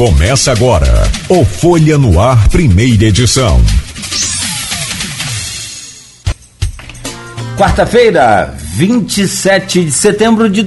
Começa agora o Folha no Ar, primeira edição. Quarta-feira, 27 de setembro de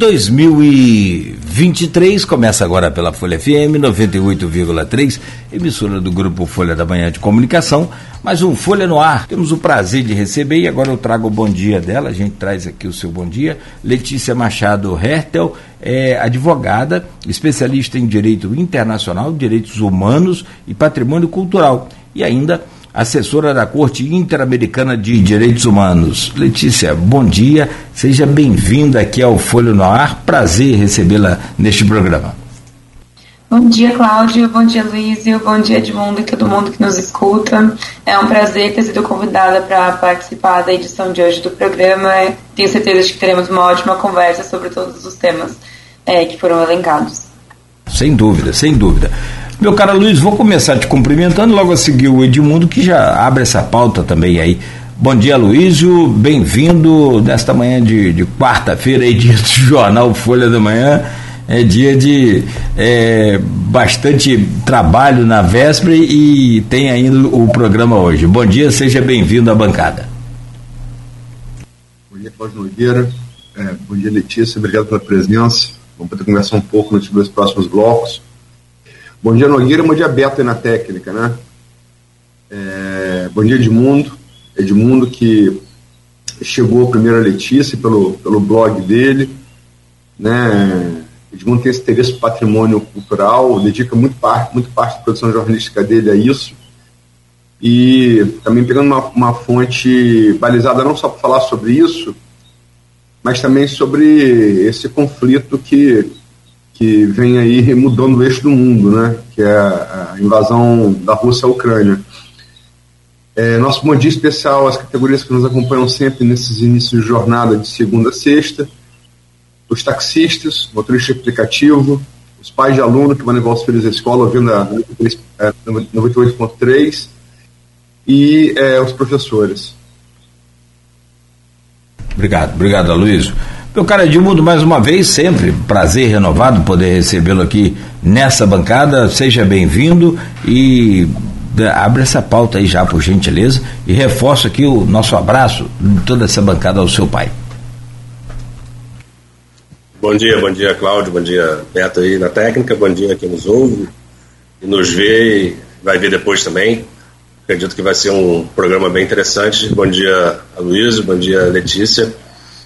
2023, começa agora pela Folha FM 98,3, emissora do Grupo Folha da Manhã de Comunicação, mais um Folha no Ar. Temos o prazer de receber, e agora eu trago o bom dia dela, a gente traz aqui o seu bom dia, Letícia Machado Hertel, advogada, especialista em Direito Internacional, Direitos Humanos e Patrimônio Cultural, e ainda assessora da Corte Interamericana de Direitos Humanos. Letícia, bom dia, seja bem-vinda aqui ao Folha no Ar, prazer recebê-la neste programa. Bom dia, Cláudio, bom dia, Luísio, bom dia, Edmundo e todo mundo que nos escuta. É um prazer ter sido convidada para participar da edição de hoje do programa. Tenho certeza de que teremos uma ótima conversa sobre todos os temas que foram elencados. Sem dúvida, sem dúvida. Meu caro Luiz, vou começar te cumprimentando, logo a seguir o Edmundo, que já abre essa pauta também aí. Bom dia, Luísio, bem-vindo nesta manhã de quarta-feira, dia do Jornal Folha da Manhã, é dia de bastante trabalho na véspera e tem ainda o programa hoje. Bom dia, seja bem-vindo à bancada. Bom dia, Cláudio Nogueira, bom dia, Letícia, obrigado pela presença, vamos poder conversar um pouco nos dois próximos blocos. Bom dia, Nogueira, bom dia, Beto, aí na técnica, né? Bom dia, Edmundo, que chegou primeiro a Letícia pelo blog dele, né? Edmundo tem esse interesse no patrimônio cultural, dedica muito parte da produção jornalística dele a isso, e também pegando uma fonte balizada não só para falar sobre isso, mas também sobre esse conflito que vem aí mudando o eixo do mundo, né? Que é a invasão da Rússia à Ucrânia. Nosso bom dia especial às categorias que nos acompanham sempre nesses inícios de jornada de segunda a sexta, os taxistas, motorista de aplicativo, os pais de aluno que vão levar os filhos à escola ouvindo a 98.3 e os professores. Obrigado, Aloysio. Meu caro Edmundo, mais uma vez, sempre prazer renovado poder recebê-lo aqui nessa bancada, seja bem-vindo e abre essa pauta aí já, por gentileza, e reforço aqui o nosso abraço de toda essa bancada ao seu pai. Bom dia, Cláudio, bom dia, Beto aí na técnica, bom dia a quem nos ouve e nos vê e vai ver depois também. Acredito que vai ser um programa bem interessante. Bom dia, Aloysio, bom dia, Letícia.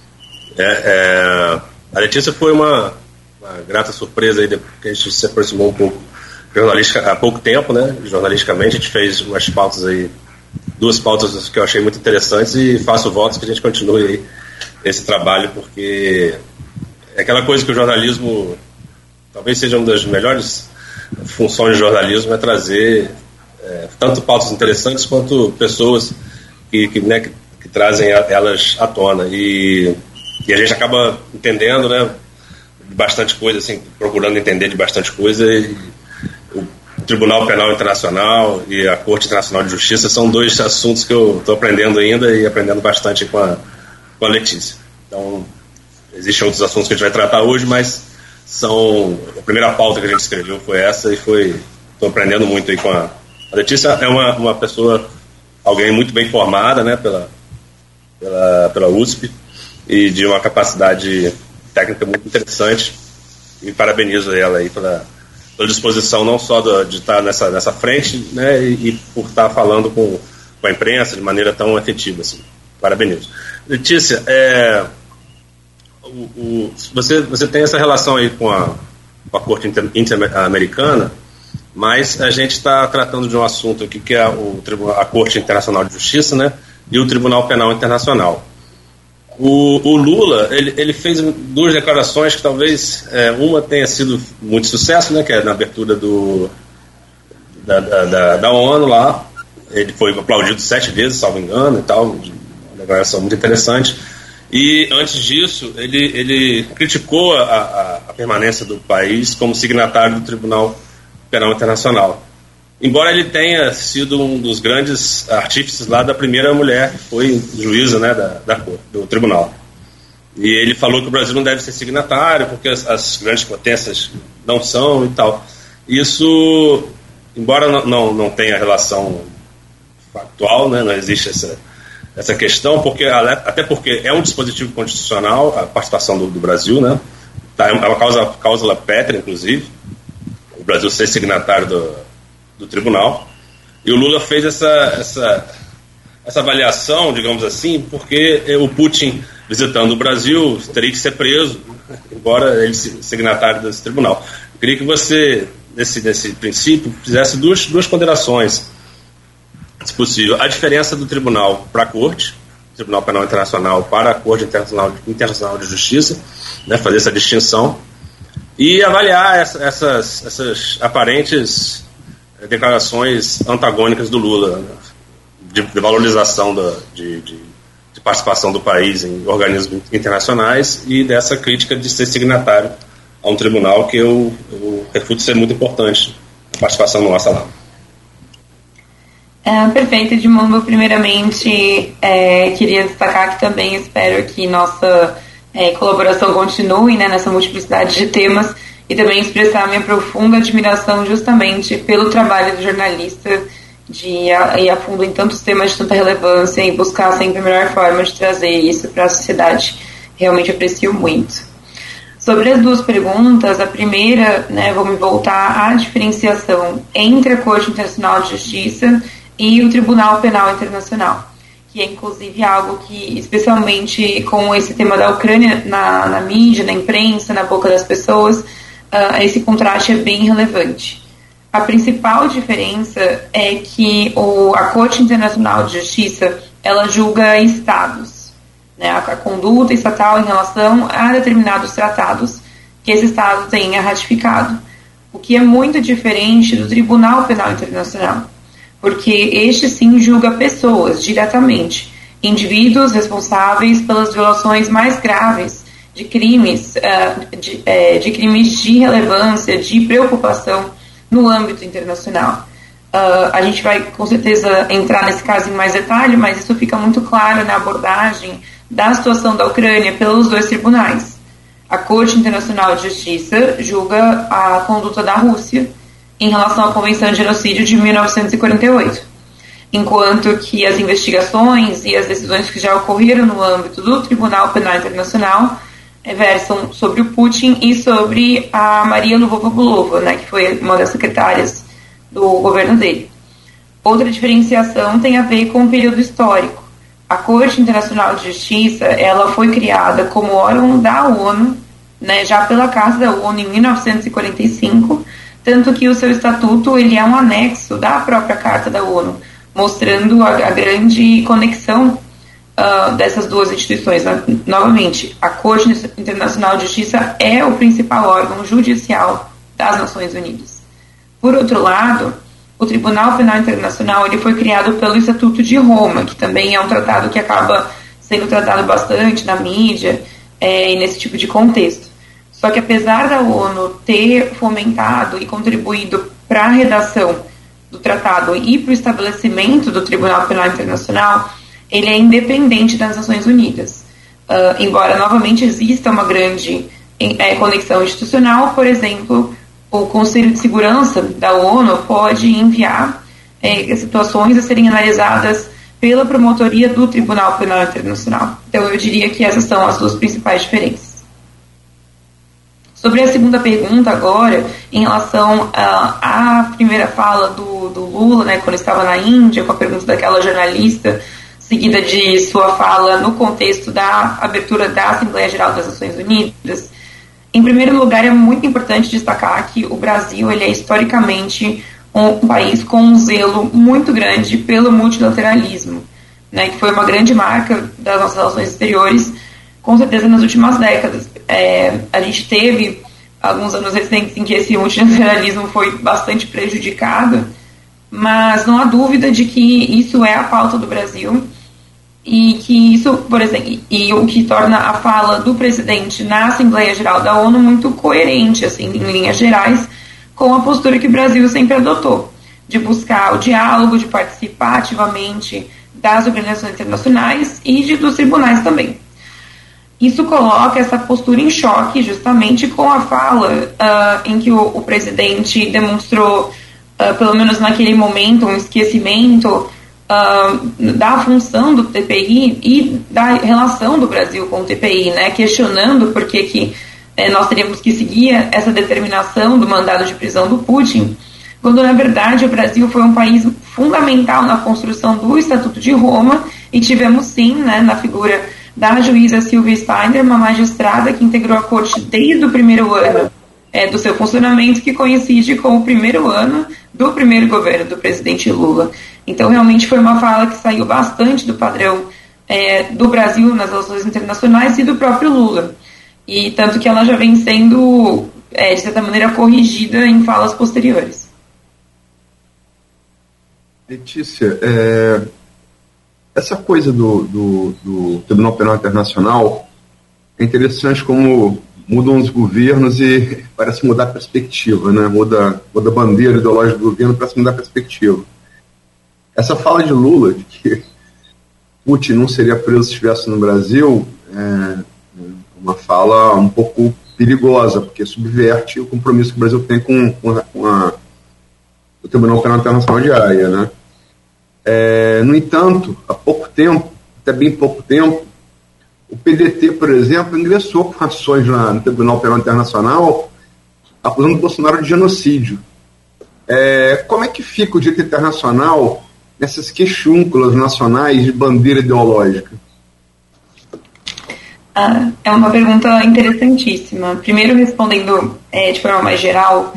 A Letícia foi uma grata surpresa aí, depois que a gente se aproximou um pouco há pouco tempo, né? Jornalisticamente, a gente fez umas pautas aí, duas pautas que eu achei muito interessantes e faço votos que a gente continue aí esse trabalho, porque é aquela coisa que o jornalismo talvez seja uma das melhores funções de jornalismo, é trazer tanto pautas interessantes quanto pessoas que trazem elas à tona. E a gente acaba entendendo, né, bastante coisa, assim, procurando entender de bastante coisa. E o Tribunal Penal Internacional e a Corte Internacional de Justiça são dois assuntos que eu estou aprendendo ainda e aprendendo bastante com a Letícia. Então, existem outros assuntos que a gente vai tratar hoje, mas a primeira pauta que a gente escreveu foi essa e estou aprendendo muito aí com a Letícia. É uma pessoa, alguém muito bem formada, né, pela USP, e de uma capacidade técnica muito interessante, e parabenizo ela aí pela disposição não só de estar nessa frente, né, e por estar falando com a imprensa de maneira tão efetiva, assim. Parabenizo. Letícia, você tem essa relação aí com a Corte Interamericana, mas a gente está tratando de um assunto aqui que é a Corte Internacional de Justiça, né, e o Tribunal Penal Internacional. O Lula, ele fez duas declarações que talvez uma tenha sido muito sucesso, né, que é na abertura da ONU lá. Ele foi aplaudido 7 vezes, salvo engano, e tal, uma declaração muito interessante. E antes disso, ele criticou a permanência do país como signatário do Tribunal Penal Internacional. Embora ele tenha sido um dos grandes artífices lá da primeira mulher que foi juíza, né, do tribunal. E ele falou que o Brasil não deve ser signatário porque as grandes potências não são e tal. Isso, embora não tenha relação factual, né, não existe essa questão, até porque é um dispositivo constitucional a participação do Brasil, né? É uma cláusula pétrea, inclusive, o Brasil ser signatário do tribunal, e o Lula fez essa avaliação, digamos assim, porque o Putin, visitando o Brasil, teria que ser preso, embora ele seja signatário desse tribunal. Eu queria que você, nesse princípio, fizesse duas ponderações, se possível. A diferença do tribunal para a Corte, Tribunal Penal Internacional para a Corte Internacional de Justiça, né, fazer essa distinção, e avaliar essas aparentes declarações antagônicas do Lula, né, de valorização de participação do país em organismos internacionais e dessa crítica de ser signatário a um tribunal que eu refuto ser muito importante a participação nossa lá. Perfeito, Edmundo. Primeiramente, queria destacar que também espero que nossa colaboração continue, né, nessa multiplicidade de temas, e também expressar minha profunda admiração justamente pelo trabalho do jornalista de ir a fundo em tantos temas de tanta relevância e buscar sempre a melhor forma de trazer isso para a sociedade. Realmente aprecio muito. Sobre as duas perguntas, a primeira, né, vou me voltar à diferenciação entre a Corte Internacional de Justiça e o Tribunal Penal Internacional, que é inclusive algo que, especialmente com esse tema da Ucrânia na mídia, na imprensa, na boca das pessoas, esse contraste é bem relevante. A principal diferença é que a Corte Internacional de Justiça, ela julga estados, né, a conduta estatal em relação a determinados tratados que esse estado tenha ratificado, o que é muito diferente do Tribunal Penal Internacional, porque este sim julga pessoas diretamente, indivíduos responsáveis pelas violações mais graves de crimes, de crimes de relevância, de preocupação no âmbito internacional. A gente vai com certeza entrar nesse caso em mais detalhe, mas isso fica muito claro na abordagem da situação da Ucrânia pelos dois tribunais. A Corte Internacional de Justiça julga a conduta da Rússia em relação à Convenção de Genocídio de 1948, enquanto que as investigações e as decisões que já ocorreram no âmbito do Tribunal Penal Internacional versam sobre o Putin e sobre a Maria Lvova-Belova, né, que foi uma das secretárias do governo dele. Outra diferenciação tem a ver com o período histórico. A Corte Internacional de Justiça, ela foi criada como órgão da ONU, né, já pela Carta da ONU em 1945, tanto que o seu estatuto ele é um anexo da própria Carta da ONU, mostrando a grande conexão dessas duas instituições. Novamente, a Corte Internacional de Justiça é o principal órgão judicial das Nações Unidas. Por outro lado, o Tribunal Penal Internacional ele foi criado pelo Estatuto de Roma, que também é um tratado que acaba sendo tratado bastante na mídia e nesse tipo de contexto. Só que apesar da ONU ter fomentado e contribuído para a redação do tratado e para o estabelecimento do Tribunal Penal Internacional, ele é independente das Nações Unidas. Embora novamente exista uma grande conexão institucional, por exemplo, o Conselho de Segurança da ONU pode enviar situações a serem analisadas pela promotoria do Tribunal Penal Internacional. Então eu diria que essas são as duas principais diferenças. Sobre a segunda pergunta agora, em relação à primeira fala do Lula, né, quando estava na Índia, com a pergunta daquela jornalista, seguida de sua fala no contexto da abertura da Assembleia Geral das Nações Unidas, em primeiro lugar é muito importante destacar que o Brasil ele é historicamente um país com um zelo muito grande pelo multilateralismo, né, que foi uma grande marca das nossas relações exteriores, com certeza nas últimas décadas. A gente teve alguns anos recentes em que esse multilateralismo foi bastante prejudicado, mas não há dúvida de que isso é a pauta do Brasil e que isso, por exemplo, e o que torna a fala do presidente na Assembleia Geral da ONU muito coerente, assim, em linhas gerais, com a postura que o Brasil sempre adotou, de buscar o diálogo, de participar ativamente das organizações internacionais e dos tribunais também. isso coloca essa postura em choque justamente com a fala em que o presidente demonstrou, pelo menos naquele momento, um esquecimento da função do TPI e da relação do Brasil com o TPI, né, questionando por que nós teríamos que seguir essa determinação do mandado de prisão do Putin, quando na verdade o Brasil foi um país fundamental na construção do Estatuto de Roma, e tivemos sim, né, na figura da juíza Silvia Steiner, uma magistrada que integrou a corte desde o primeiro ano do seu funcionamento, que coincide com o primeiro ano do primeiro governo do presidente Lula. Então realmente foi uma fala que saiu bastante do padrão do Brasil nas relações internacionais e do próprio Lula, e tanto que ela já vem sendo de certa maneira corrigida em falas posteriores. Letícia, essa coisa do Tribunal Penal Internacional é interessante como mudam os governos e parece mudar a perspectiva, né? Muda a bandeira ideológica do governo, parece mudar a perspectiva. Essa fala de Lula, de que Putin não seria preso se estivesse no Brasil, é uma fala um pouco perigosa, porque subverte o compromisso que o Brasil tem com o Tribunal Penal Internacional de Haia, né? No entanto, há pouco tempo, até bem pouco tempo, o PDT, por exemplo, ingressou com ações no Tribunal Penal Internacional acusando o Bolsonaro de genocídio. Como é que fica o direito internacional nessas queixúnculas nacionais de bandeira ideológica? É uma pergunta interessantíssima. Primeiro, respondendo de forma mais geral,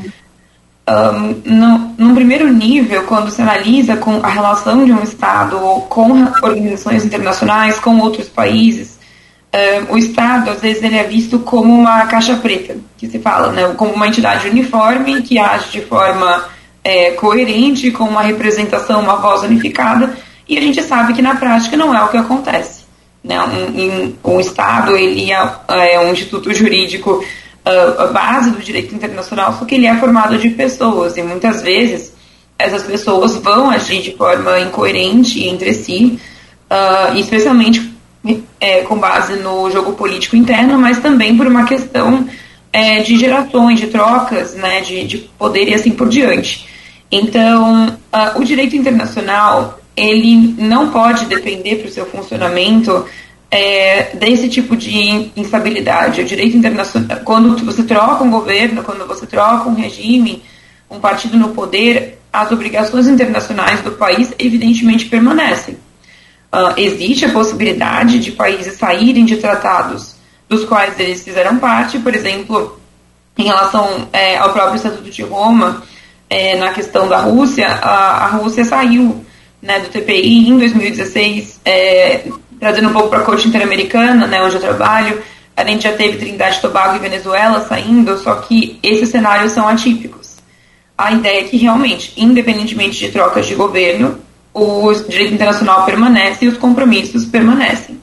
num primeiro nível, quando se analisa com a relação de um Estado com organizações internacionais, com outros países, o Estado, às vezes, ele é visto como uma caixa preta, que se fala, né, como uma entidade uniforme, que age de forma coerente, com uma representação, uma voz unificada, e a gente sabe que na prática não é o que acontece, né? Um Estado, ele é um instituto jurídico, a base do direito internacional, só que ele é formado de pessoas, e muitas vezes essas pessoas vão agir de forma incoerente entre si, especialmente com base no jogo político interno, mas também por uma questão de gerações, de trocas, né, de poder e assim por diante. Então, o direito internacional, ele não pode depender para o seu funcionamento desse tipo de instabilidade. O direito internacional, quando você troca um governo, quando você troca um regime, um partido no poder, as obrigações internacionais do país evidentemente permanecem. Existe a possibilidade de países saírem de tratados dos quais eles fizeram parte, por exemplo, em relação ao próprio Estatuto de Roma, na questão da Rússia, a Rússia saiu, né, do TPI em 2016, trazendo um pouco para a Corte Interamericana, né, onde eu trabalho. A gente já teve Trindade e Tobago e Venezuela saindo, só que esses cenários são atípicos. A ideia é que realmente, independentemente de trocas de governo, o direito internacional permanece e os compromissos permanecem.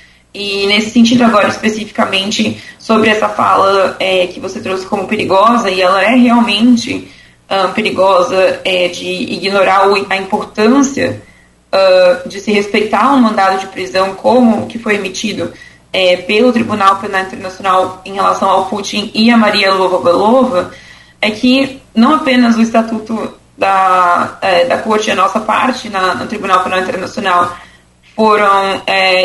E nesse sentido agora, especificamente, sobre essa fala que você trouxe como perigosa, e ela é realmente perigosa, de ignorar a importância de se respeitar um mandado de prisão como que foi emitido pelo Tribunal Penal Internacional em relação ao Putin e a Maria Lvova-Belova, é que não apenas o Estatuto da Corte, a nossa parte no Tribunal Penal Internacional, foram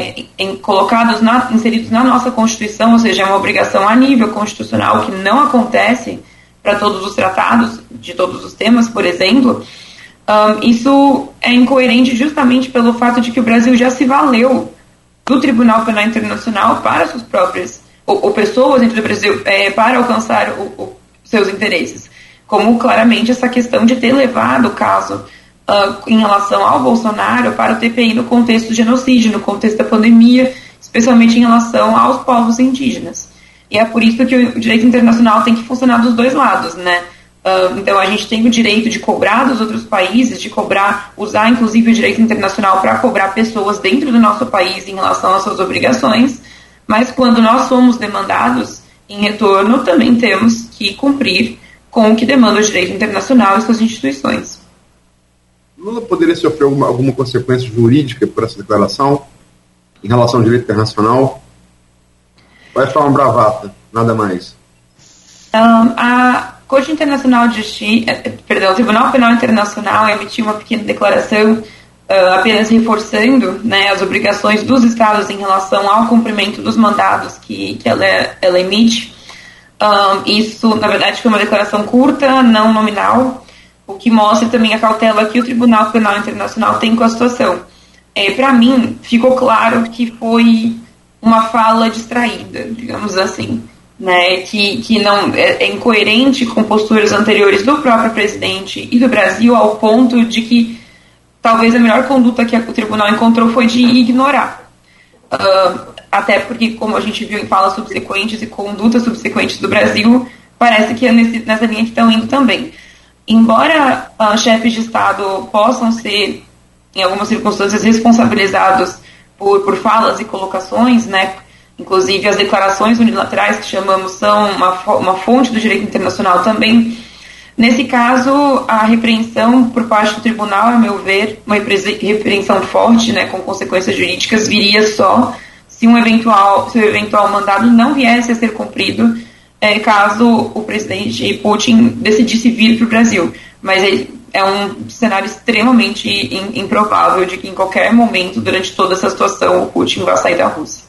inseridos na nossa Constituição, ou seja, é uma obrigação a nível constitucional que não acontece para todos os tratados, de todos os temas, por exemplo. Isso é incoerente justamente pelo fato de que o Brasil já se valeu do Tribunal Penal Internacional para suas próprias, ou pessoas dentro do Brasil, para alcançar seus interesses, como claramente essa questão de ter levado o caso em relação ao Bolsonaro para o TPI no contexto do genocídio, no contexto da pandemia, especialmente em relação aos povos indígenas. E é por isso que o direito internacional tem que funcionar dos dois lados, né? Então a gente tem o direito de cobrar dos outros países, de usar inclusive o direito internacional para cobrar pessoas dentro do nosso país em relação às suas obrigações, mas quando nós somos demandados em retorno, também temos que cumprir com o que demanda o direito internacional e suas instituições. Lula poderia sofrer alguma consequência jurídica por essa declaração em relação ao direito internacional? Ou é só uma bravata, nada mais? A Corte Internacional de Justiça, o Tribunal Penal Internacional emitiu uma pequena declaração apenas reforçando, né, as obrigações dos Estados em relação ao cumprimento dos mandados que ela emite. Isso, na verdade, foi uma declaração curta, não nominal, o que mostra também a cautela que o Tribunal Penal Internacional tem com a situação. Para mim, ficou claro que foi uma fala distraída, digamos assim, né, que não é incoerente com posturas anteriores do próprio presidente e do Brasil, ao ponto de que talvez a melhor conduta que o tribunal encontrou foi de ignorar. Até porque, como a gente viu em falas subsequentes e condutas subsequentes do Brasil, parece que é nessa linha que estão indo também. Embora chefes de Estado possam ser, em algumas circunstâncias, responsabilizados por falas e colocações, né? Inclusive as declarações unilaterais que chamamos são uma fonte do direito internacional também. Nesse caso, a repreensão por parte do tribunal, a meu ver, uma repreensão forte, né, com consequências jurídicas, viria só se o eventual mandado não viesse a ser cumprido, caso o presidente Putin decidisse vir para o Brasil. Mas é um cenário extremamente improvável de que em qualquer momento, durante toda essa situação, o Putin vá sair da Rússia.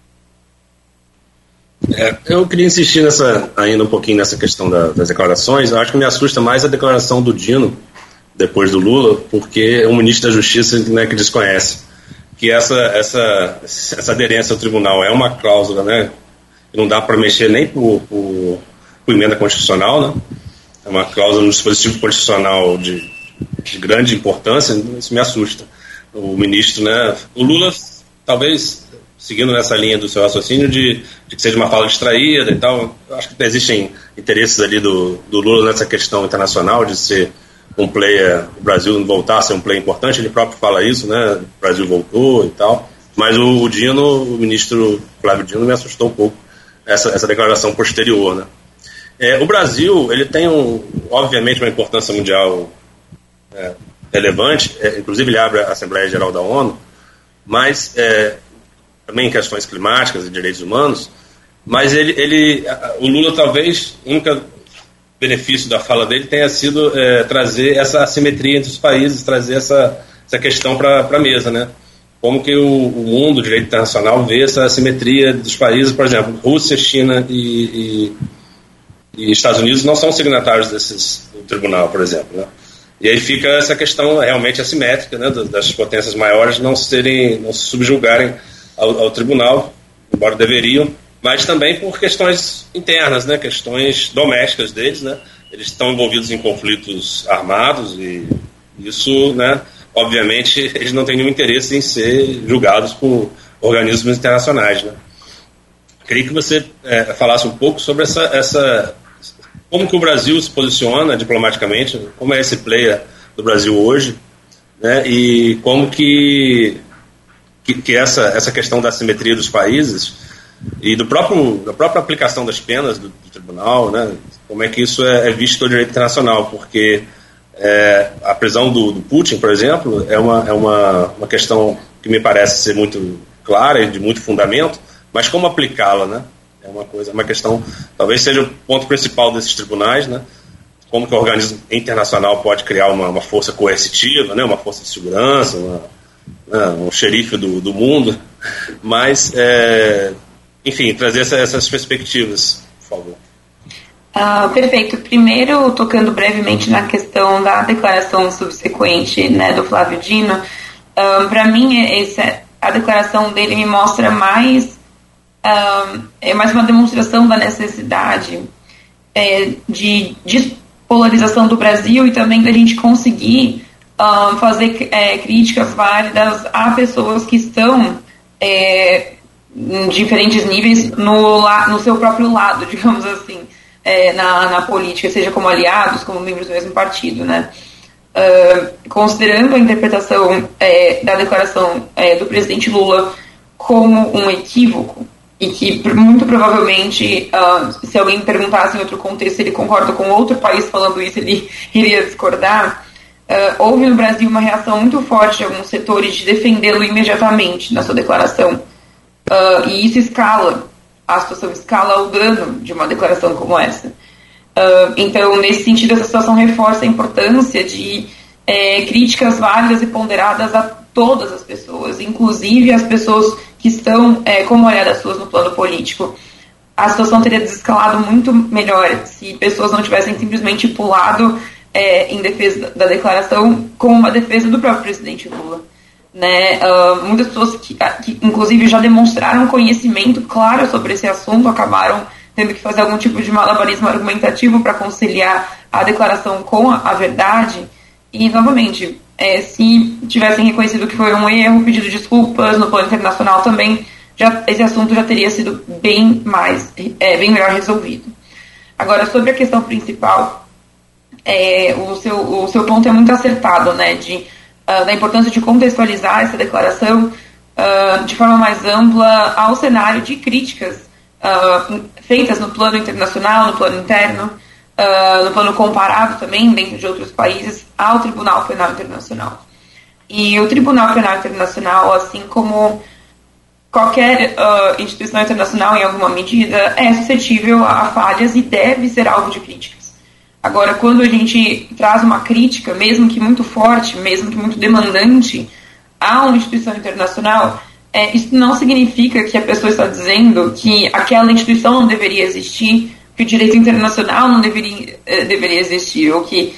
Eu queria insistir ainda um pouquinho nessa questão das declarações. Eu acho que me assusta mais a declaração do Dino, depois do Lula, porque é um ministro da Justiça, né, que desconhece que essa aderência ao tribunal é uma cláusula, né, que não dá para mexer nem por emenda constitucional, né? É uma cláusula no dispositivo constitucional de grande importância. Isso me assusta. O ministro, né, o Lula, talvez seguindo nessa linha do seu raciocínio de que seja uma fala distraída e tal, eu acho que existem interesses ali do Lula nessa questão internacional de ser um player, o Brasil voltar a ser um player importante. Ele próprio fala isso, né, o Brasil voltou e tal, mas o Dino, o ministro Flávio Dino, me assustou um pouco essa declaração posterior, né. O Brasil, ele tem obviamente uma importância mundial relevante, inclusive ele abre a Assembleia Geral da ONU, mas também em questões climáticas e direitos humanos, mas o Lula talvez, o único benefício da fala dele tenha sido trazer essa assimetria entre os países, trazer essa questão para a mesa, né? Como que o mundo, o direito internacional, vê essa assimetria dos países. Por exemplo, Rússia, China e Estados Unidos não são signatários do tribunal, por exemplo, né? E aí fica essa questão realmente assimétrica, né, das potências maiores não se subjugarem ao tribunal, embora deveriam, mas também por questões internas, né, questões domésticas deles, né? Eles estão envolvidos em conflitos armados e isso, né, obviamente, eles não têm nenhum interesse em ser julgados por organismos internacionais, né? Queria que você falasse um pouco sobre como que o Brasil se posiciona diplomaticamente, como é esse player do Brasil hoje, né, e como que essa questão da assimetria dos países e da própria aplicação das penas do tribunal, né, como é que isso é visto pelo direito internacional, porque a prisão do Putin, por exemplo, é uma questão que me parece ser muito clara e de muito fundamento, mas como aplicá-la, né? É uma questão, talvez seja o ponto principal desses tribunais, né? Como que o organismo internacional pode criar uma força coercitiva, né? Uma força de segurança, um xerife do mundo, mas, enfim, trazer essas perspectivas, por favor. Perfeito. Primeiro, tocando brevemente na questão da declaração subsequente, né, do Flávio Dino, para mim, a declaração dele me mostra mais uma demonstração da necessidade de despolarização do Brasil e também da gente conseguir fazer críticas válidas a pessoas que estão em diferentes níveis no seu próprio lado, digamos assim, na política, seja como aliados, como membros do mesmo partido, né? Considerando a interpretação da declaração do presidente Lula como um equívoco, e que muito provavelmente, se alguém perguntasse em outro contexto se ele concorda com outro país falando isso, ele iria discordar. Houve no Brasil uma reação muito forte de alguns setores de defendê-lo imediatamente na sua declaração. E isso escala a situação escala o dano de uma declaração como essa. Então, nesse sentido, essa situação reforça a importância de críticas válidas e ponderadas a todas as pessoas, inclusive as pessoas que estão como aliadas suas no plano político. A situação teria desescalado muito melhor se pessoas não tivessem simplesmente pulado em defesa da declaração como uma defesa do próprio presidente Lula. Né? Muitas pessoas que inclusive já demonstraram conhecimento claro sobre esse assunto acabaram tendo que fazer algum tipo de malabarismo argumentativo para conciliar a declaração com a verdade. E, novamente, se tivessem reconhecido que foi um erro, pedido desculpas no plano internacional também, esse assunto já teria sido bem melhor resolvido. Agora, sobre a questão principal, o seu ponto é muito acertado, né, da importância de contextualizar essa declaração de forma mais ampla ao cenário de críticas feitas no plano internacional, no plano interno, no plano comparado também, dentro de outros países, ao Tribunal Penal Internacional. E o Tribunal Penal Internacional, assim como qualquer instituição internacional, em alguma medida, é suscetível a falhas e deve ser alvo de críticas. Agora, quando a gente traz uma crítica, mesmo que muito forte, mesmo que muito demandante, a uma instituição internacional, isso não significa que a pessoa está dizendo que aquela instituição não deveria existir, que o direito internacional não deveria existir, ou que...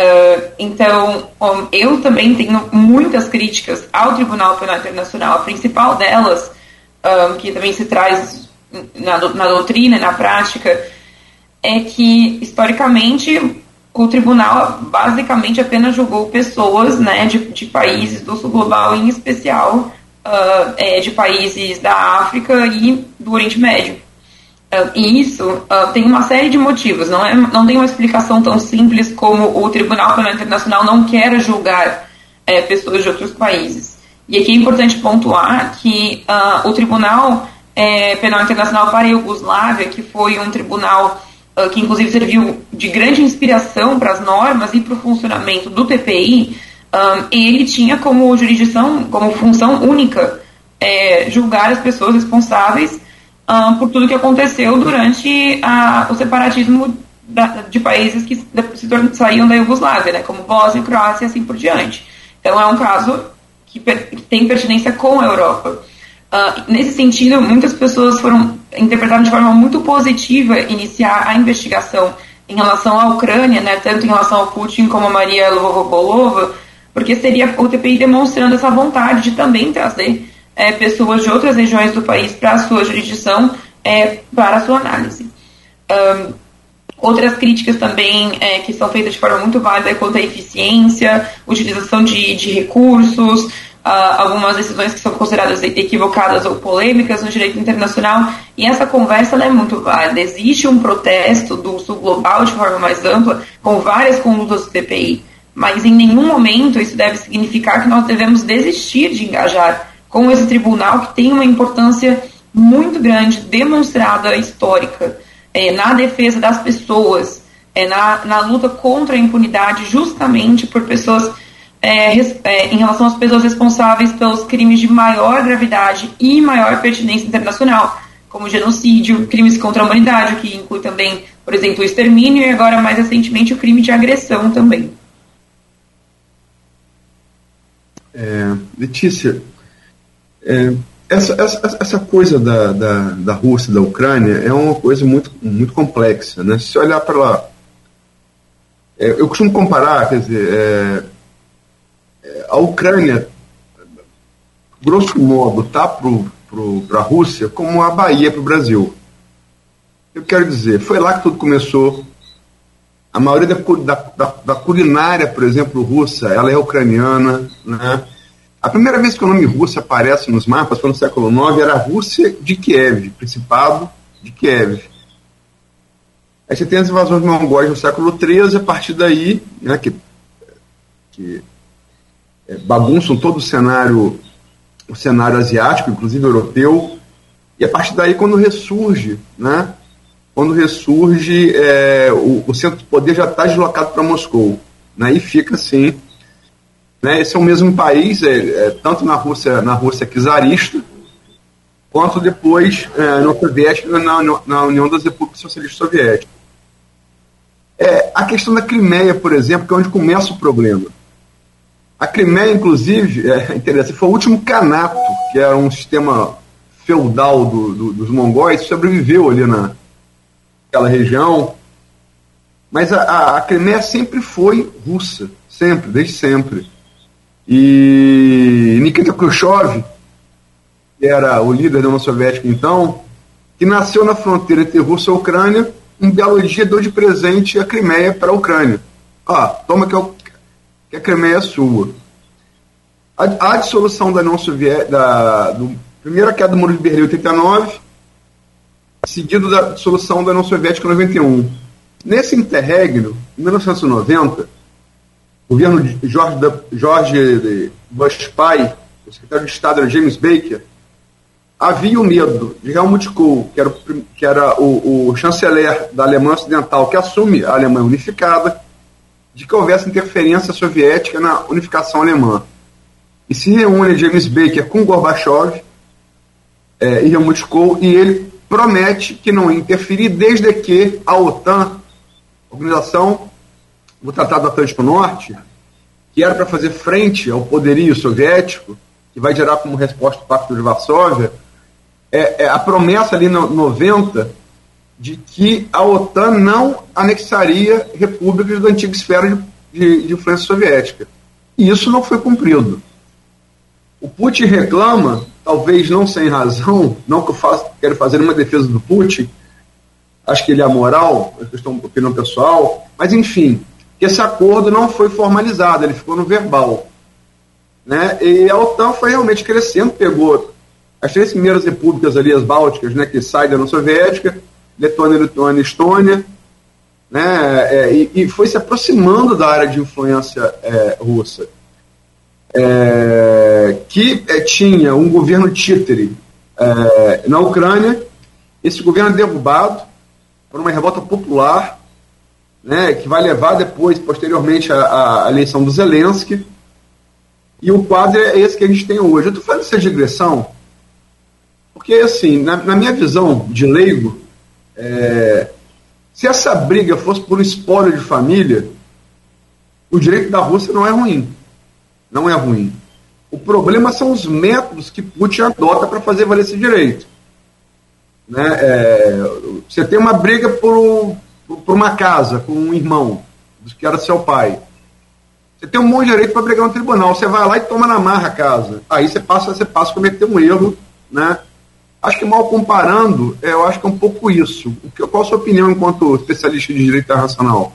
Então, eu também tenho muitas críticas ao Tribunal Penal Internacional. A principal delas, que também se traz na doutrina e na prática, é que, historicamente, o tribunal basicamente apenas julgou pessoas, né, de países do sul global, em especial de países da África e do Oriente Médio. E isso tem uma série de motivos, não tem uma explicação tão simples como o Tribunal Penal Internacional não quer julgar pessoas de outros países. E aqui é importante pontuar que o Tribunal Penal Internacional para a Iugoslávia, que foi um tribunal que inclusive serviu de grande inspiração para as normas e para o funcionamento do TPI, ele tinha como jurisdição, como função única, julgar as pessoas responsáveis por tudo que aconteceu durante o separatismo de países que saíam da Iugoslávia, né, como Bósnia, Croácia e assim por diante. Então é um caso que tem pertinência com a Europa. Nesse sentido, muitas pessoas interpretaram de forma muito positiva iniciar a investigação em relação à Ucrânia, né, tanto em relação ao Putin como a Maria Lvova-Bolova, porque seria o TPI demonstrando essa vontade de também trazer pessoas de outras regiões do país para a sua jurisdição, para a sua análise. Outras críticas também que são feitas de forma muito válida quanto à eficiência, utilização de recursos, algumas decisões que são consideradas equivocadas ou polêmicas no direito internacional, e essa conversa é muito válida. Existe um protesto do sul global de forma mais ampla, com várias condutas do TPI, mas em nenhum momento isso deve significar que nós devemos desistir de engajar com esse tribunal que tem uma importância muito grande, demonstrada, histórica, na defesa das pessoas, na luta contra a impunidade, justamente por pessoas, em relação às pessoas responsáveis pelos crimes de maior gravidade e maior pertinência internacional, como genocídio, crimes contra a humanidade, que inclui também, por exemplo, o extermínio e agora, mais recentemente, o crime de agressão também. Letícia, essa coisa da Rússia e da Ucrânia é uma coisa muito, muito complexa, né? Se você olhar para lá, eu costumo comparar, quer dizer, a Ucrânia, grosso modo, está para a Rússia como a Bahia para o Brasil. Eu quero dizer, foi lá que tudo começou. A maioria da culinária, por exemplo, russa, ela é ucraniana, né? A primeira vez que o nome Rússia aparece nos mapas foi no século IX, era a Rússia de Kiev, Principado de Kiev. Aí você tem as invasões mongóis no século XIII, a partir daí, né, que bagunçam todo o cenário asiático, inclusive europeu, e a partir daí quando ressurge, né, o centro de poder já está deslocado para Moscou, né, e fica assim, né, esse é o mesmo país, tanto na Rússia czarista, quanto depois na União Soviética, na União das Repúblicas Socialistas Soviéticas. A questão da Crimeia, por exemplo, que é onde começa o problema. A Crimeia, inclusive, é interessante, foi o último Kanato, que era um sistema feudal dos mongóis, sobreviveu ali naquela região. Mas a Crimeia sempre foi russa, sempre, desde sempre. E Nikita Khrushchev, que era o líder da União Soviética então, que nasceu na fronteira entre Rússia e Ucrânia, um belo dia deu de presente a Crimeia para a Ucrânia. Toma que a Crimeia é sua. A dissolução da União Soviética, primeira queda do Muro de Berlim em 89, seguido da dissolução da União Soviética em 91. Nesse interregno, em 1990, o governo de George Bush pai, o secretário de Estado era James Baker, havia o medo de Helmut Kohl, que era o chanceler da Alemanha Ocidental, que assume a Alemanha unificada, de que houvesse interferência soviética na unificação alemã. E se reúne James Baker com Gorbachev e Helmut Kohl, e ele promete que não ia interferir desde que a OTAN, Organização do Tratado do Atlântico Norte, que era para fazer frente ao poderio soviético, que vai gerar como resposta o Pacto de Varsóvia, a promessa ali no 90 de que a OTAN não anexaria repúblicas da antiga esfera de influência soviética. E isso não foi cumprido. O Putin reclama, talvez não sem razão, não que eu quero fazer uma defesa do Putin, acho que ele é amoral, é questão de opinião pessoal, mas enfim, que esse acordo não foi formalizado, ele ficou no verbal. Né? E a OTAN foi realmente crescendo, pegou as 3 primeiras repúblicas ali, as bálticas, né, que saem da União Soviética, Letônia, Lituânia e Estônia, né, e foi se aproximando da área de influência russa, que tinha um governo títere na Ucrânia. Esse governo é derrubado por uma revolta popular, né, que vai levar depois, posteriormente, à eleição do Zelensky, e o quadro é esse que a gente tem hoje. Eu estou falando dessa digressão porque, assim, na minha visão de leigo, se essa briga fosse por um espólio de família, o direito da Rússia não é ruim. Não é ruim. O problema são os métodos que Putin adota para fazer valer esse direito. Né? Você tem uma briga por uma casa com um irmão, que era seu pai. Você tem um bom direito para brigar no tribunal. Você vai lá e toma na marra a casa. Aí você passa a cometer um erro. Né? Acho que, mal comparando, eu acho que é um pouco isso. Qual a sua opinião enquanto especialista de direito internacional?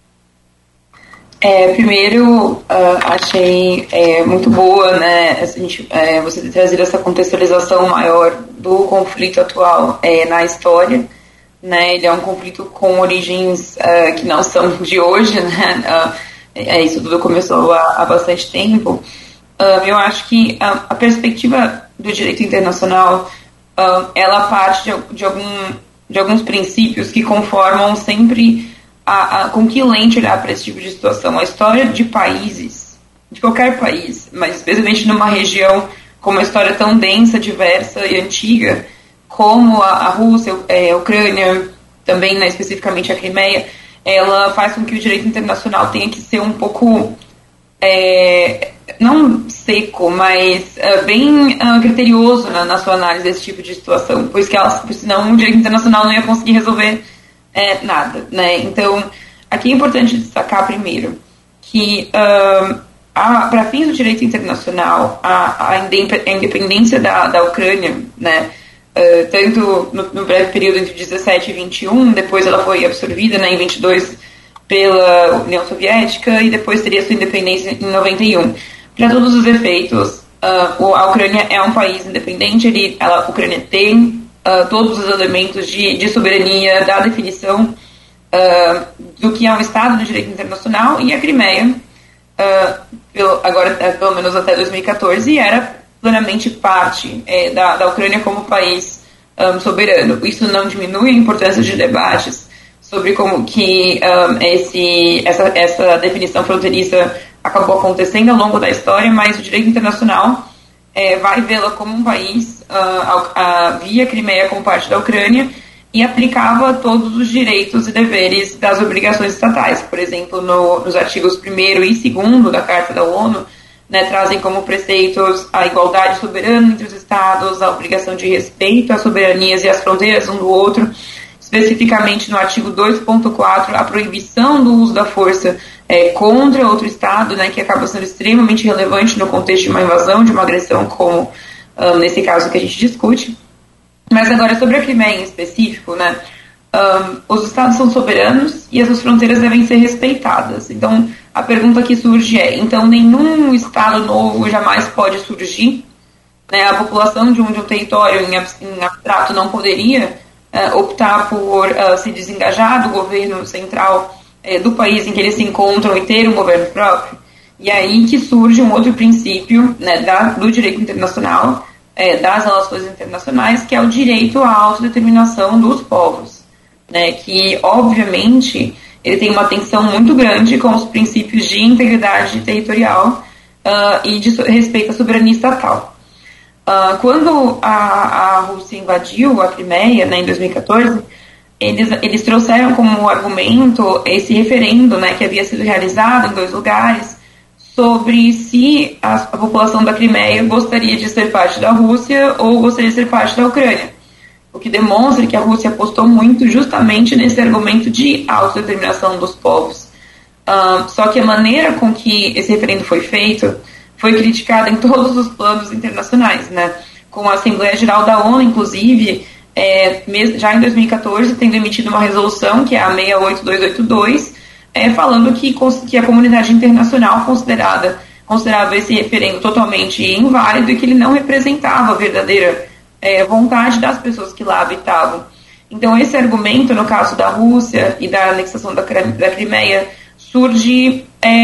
Primeiro, achei muito boa, né, você ter trazido essa contextualização maior do conflito atual na história. Né, ele é um conflito com origens que não são de hoje, né, isso tudo começou há bastante tempo. Eu acho que a perspectiva do direito internacional ela parte de alguns princípios que conformam sempre com que lente olhar para esse tipo de situação. A história de países, de qualquer país, mas especialmente numa região com uma história tão densa, diversa e antiga como a Rússia, a Ucrânia, também, né, especificamente a Crimeia, ela faz com que o direito internacional tenha que ser um pouco, não seco, mas bem criterioso na sua análise desse tipo de situação, pois senão o direito internacional não ia conseguir resolver nada, né? Então, aqui é importante destacar primeiro que para fins do direito internacional a independência da Ucrânia, né, tanto no breve período entre 17 e 21, depois ela foi absorvida, né, em 22 pela União Soviética e depois teria sua independência em 91. Para todos os efeitos, a Ucrânia é um país independente, a Ucrânia tem todos os elementos de soberania da definição do que é um Estado do direito internacional, e a Crimeia, pelo menos até 2014, era plenamente parte da Ucrânia como país soberano. Isso não diminui a importância de debates sobre como que essa definição fronteiriça acabou acontecendo ao longo da história, mas o direito internacional vai vê-la como um país, via Crimeia como parte da Ucrânia, e aplicava todos os direitos e deveres das obrigações estatais. Por exemplo, nos artigos 1º e 2º da Carta da ONU, né, trazem como preceitos a igualdade soberana entre os estados, a obrigação de respeito às soberanias e às fronteiras um do outro, especificamente no artigo 2.4, a proibição do uso da força contra outro estado, né, que acaba sendo extremamente relevante no contexto de uma invasão, de uma agressão, como nesse caso que a gente discute. Mas agora, sobre a Crimeia em específico, né, os estados são soberanos e as suas fronteiras devem ser respeitadas. Então, a pergunta que surge então nenhum estado novo jamais pode surgir, né? A população de um território em abstrato não poderia optar por se desengajar do governo central do país em que eles se encontram e ter um governo próprio. E aí que surge um outro princípio, né, do direito internacional, das relações internacionais, que é o direito à autodeterminação dos povos, né, que, obviamente, ele tem uma tensão muito grande com os princípios de integridade territorial e de respeito à soberania estatal. Quando a Rússia invadiu a Crimeia, né, em 2014, eles trouxeram como argumento esse referendo, né, que havia sido realizado em 2 lugares, sobre se a população da Crimeia gostaria de ser parte da Rússia ou gostaria de ser parte da Ucrânia. O que demonstra que a Rússia apostou muito justamente nesse argumento de autodeterminação dos povos. Só que a maneira com que esse referendo foi feito foi criticada em todos os planos internacionais, né? Com a Assembleia Geral da ONU, inclusive, já em 2014, tendo emitido uma resolução, que é a 68282, falando que a comunidade internacional considerava esse referendo totalmente inválido e que ele não representava a verdadeira vontade das pessoas que lá habitavam. Então, esse argumento, no caso da Rússia e da anexação da Crimeia, surge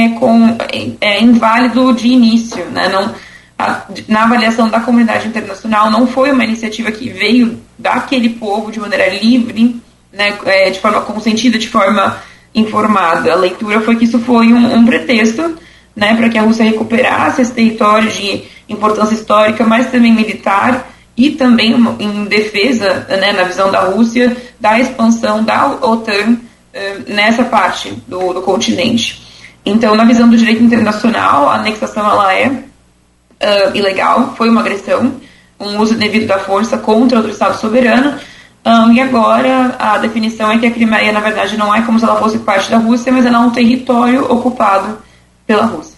inválido de início, né? Na avaliação da comunidade internacional, não foi uma iniciativa que veio daquele povo de maneira livre, né, de forma consentida, de forma informada. A leitura foi que isso foi um pretexto, né, para que a Rússia recuperasse esse território de importância histórica, mas também militar, e também em defesa, né, na visão da Rússia, da expansão da OTAN nessa parte do continente. Então, na visão do direito internacional, a anexação ela é ilegal, foi uma agressão, um uso devido da força contra outro Estado soberano, e agora a definição é que a Crimeia, na verdade, não é como se ela fosse parte da Rússia, mas ela é um território ocupado pela Rússia.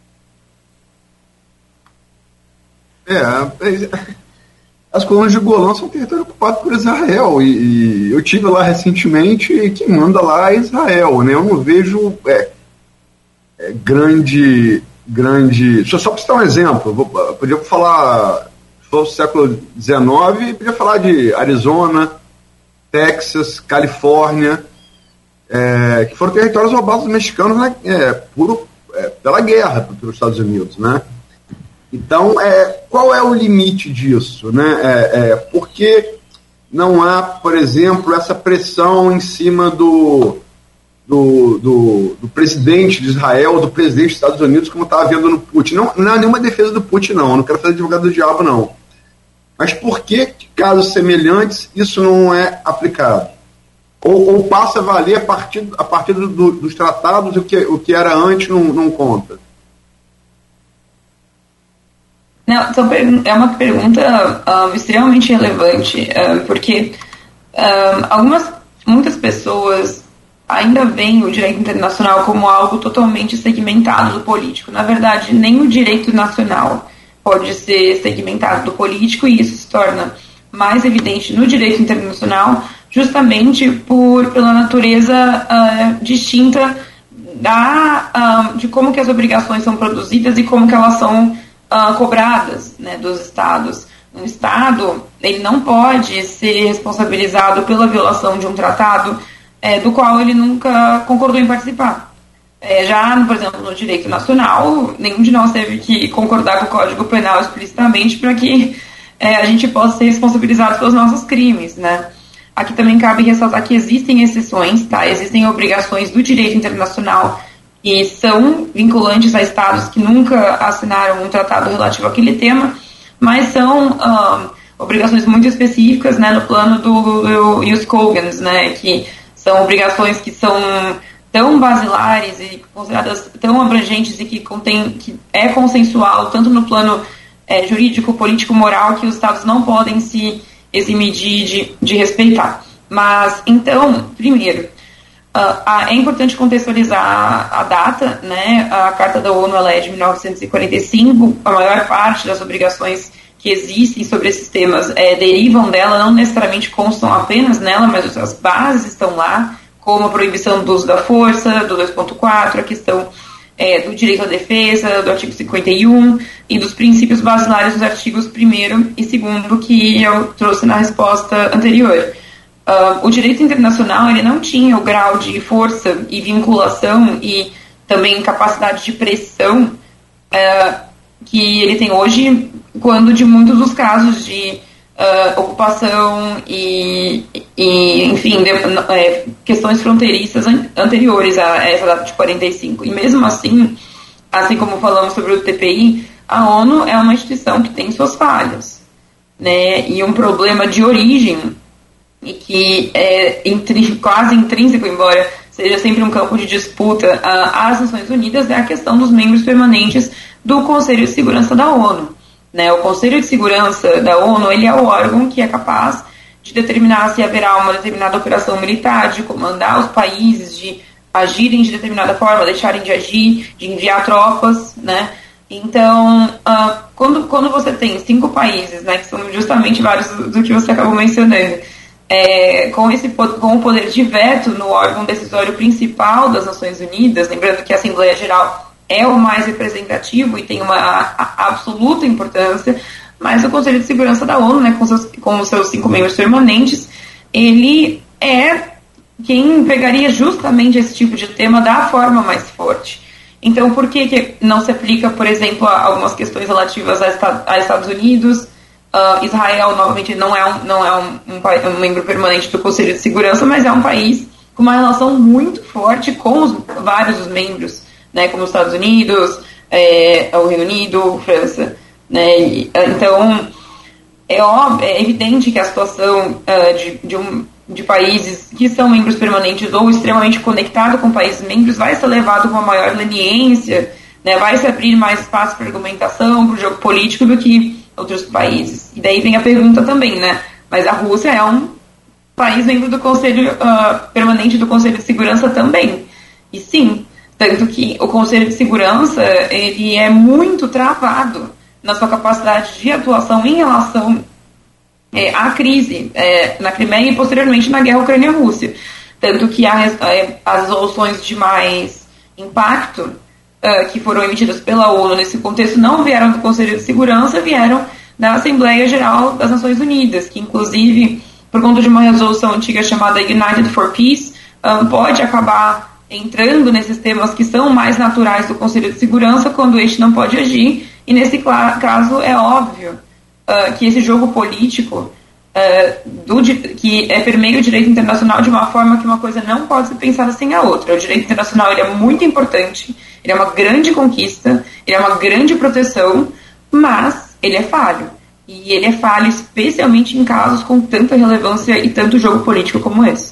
As colônias de Golã são um território ocupado por Israel, e eu tive lá recentemente, e quem manda lá é Israel, né? Eu não vejo grande... Só para citar um exemplo, podia falar, se fosse século XIX, podia falar de Arizona, Texas, Califórnia, que foram territórios roubados dos mexicanos, né, pela guerra pelos Estados Unidos, né? Então, qual é o limite disso, né? Por que não há, por exemplo, essa pressão em cima do presidente de Israel, do presidente dos Estados Unidos, como estava vendo no Putin? Não é nenhuma defesa do Putin, não. Eu não quero fazer advogado do diabo, não. Mas por que, casos semelhantes, isso não é aplicado? Ou passa a valer a partir dos tratados, o que era antes não conta? Não, então, é uma pergunta extremamente relevante, porque muitas pessoas ainda veem o direito internacional como algo totalmente segmentado do político. Na verdade, nem o direito nacional pode ser segmentado do político, e isso se torna mais evidente no direito internacional justamente pela natureza distinta de como que as obrigações são produzidas e como que elas são cobradas, né, dos estados. Um estado, ele não pode ser responsabilizado pela violação de um tratado do qual ele nunca concordou em participar. Já, por exemplo, no direito nacional, nenhum de nós teve que concordar com o Código Penal explicitamente para que a gente possa ser responsabilizado pelos nossos crimes, né? Aqui também cabe ressaltar que existem exceções, tá? Existem obrigações do direito internacional que são vinculantes a estados que nunca assinaram um tratado relativo àquele tema, mas são obrigações muito específicas, né, no plano do Ius Cogens, né, que são obrigações que são tão basilares e consideradas tão abrangentes e que é consensual, tanto no plano jurídico, político, moral, que os Estados não podem se eximir de respeitar. Mas, então, primeiro, é importante contextualizar a data, né? A Carta da ONU ela é de 1945, a maior parte das obrigações que existem sobre esses temas derivam dela, não necessariamente constam apenas nela, mas as bases estão lá, como a proibição do uso da força, do 2.4, a questão do direito à defesa, do artigo 51, e dos princípios basilares dos artigos 1º e 2º, que eu trouxe na resposta anterior. O direito internacional ele não tinha o grau de força e vinculação e também capacidade de pressão que ele tem hoje, quando de muitos dos casos de ocupação e enfim, questões fronteiriças anteriores a essa data de 45. E mesmo assim como falamos sobre o TPI, a ONU é uma instituição que tem suas falhas, né? E um problema de origem e que é quase intrínseco, embora seja sempre um campo de disputa às Nações Unidas, é a questão dos membros permanentes do Conselho de Segurança da ONU. Né? O Conselho de Segurança da ONU ele é o órgão que é capaz de determinar se haverá uma determinada operação militar, de comandar os países, de agirem de determinada forma, deixarem de agir, de enviar tropas, né? Então, quando você tem 5 países, né, que são justamente vários do que você acabou mencionando, com o poder de veto no órgão decisório principal das Nações Unidas, lembrando que a Assembleia Geral é o mais representativo e tem uma absoluta importância, mas o Conselho de Segurança da ONU, né, com os seus 5 membros permanentes, ele é quem pegaria justamente esse tipo de tema da forma mais forte. Então, por que não se aplica, por exemplo, a algumas questões relativas a Estados Unidos? Israel, novamente, não é um membro permanente do Conselho de Segurança, mas é um país com uma relação muito forte com vários dos membros, né, como os Estados Unidos, o Reino Unido, França. Né, então, é evidente que a situação de países que são membros permanentes ou extremamente conectados com países membros vai ser levado com uma maior leniência, né, vai se abrir mais espaço para argumentação, para o jogo político do que outros países. E daí vem a pergunta também, né, mas a Rússia é um país membro do Conselho permanente do Conselho de Segurança também. E sim, tanto que o Conselho de Segurança ele é muito travado na sua capacidade de atuação em relação à crise na Crimeia e posteriormente na guerra Ucrânia-Rússia. Tanto que as resoluções de mais impacto que foram emitidas pela ONU nesse contexto não vieram do Conselho de Segurança, vieram da Assembleia Geral das Nações Unidas, que inclusive, por conta de uma resolução antiga chamada United for Peace, pode acabar entrando nesses temas que são mais naturais do Conselho de Segurança quando este não pode agir, e nesse caso é óbvio que esse jogo político que permeia o direito internacional de uma forma que uma coisa não pode ser pensada sem a outra. O direito internacional ele é muito importante, ele é uma grande conquista, ele é uma grande proteção, mas ele é falho. E ele é falho especialmente em casos com tanta relevância e tanto jogo político como esse.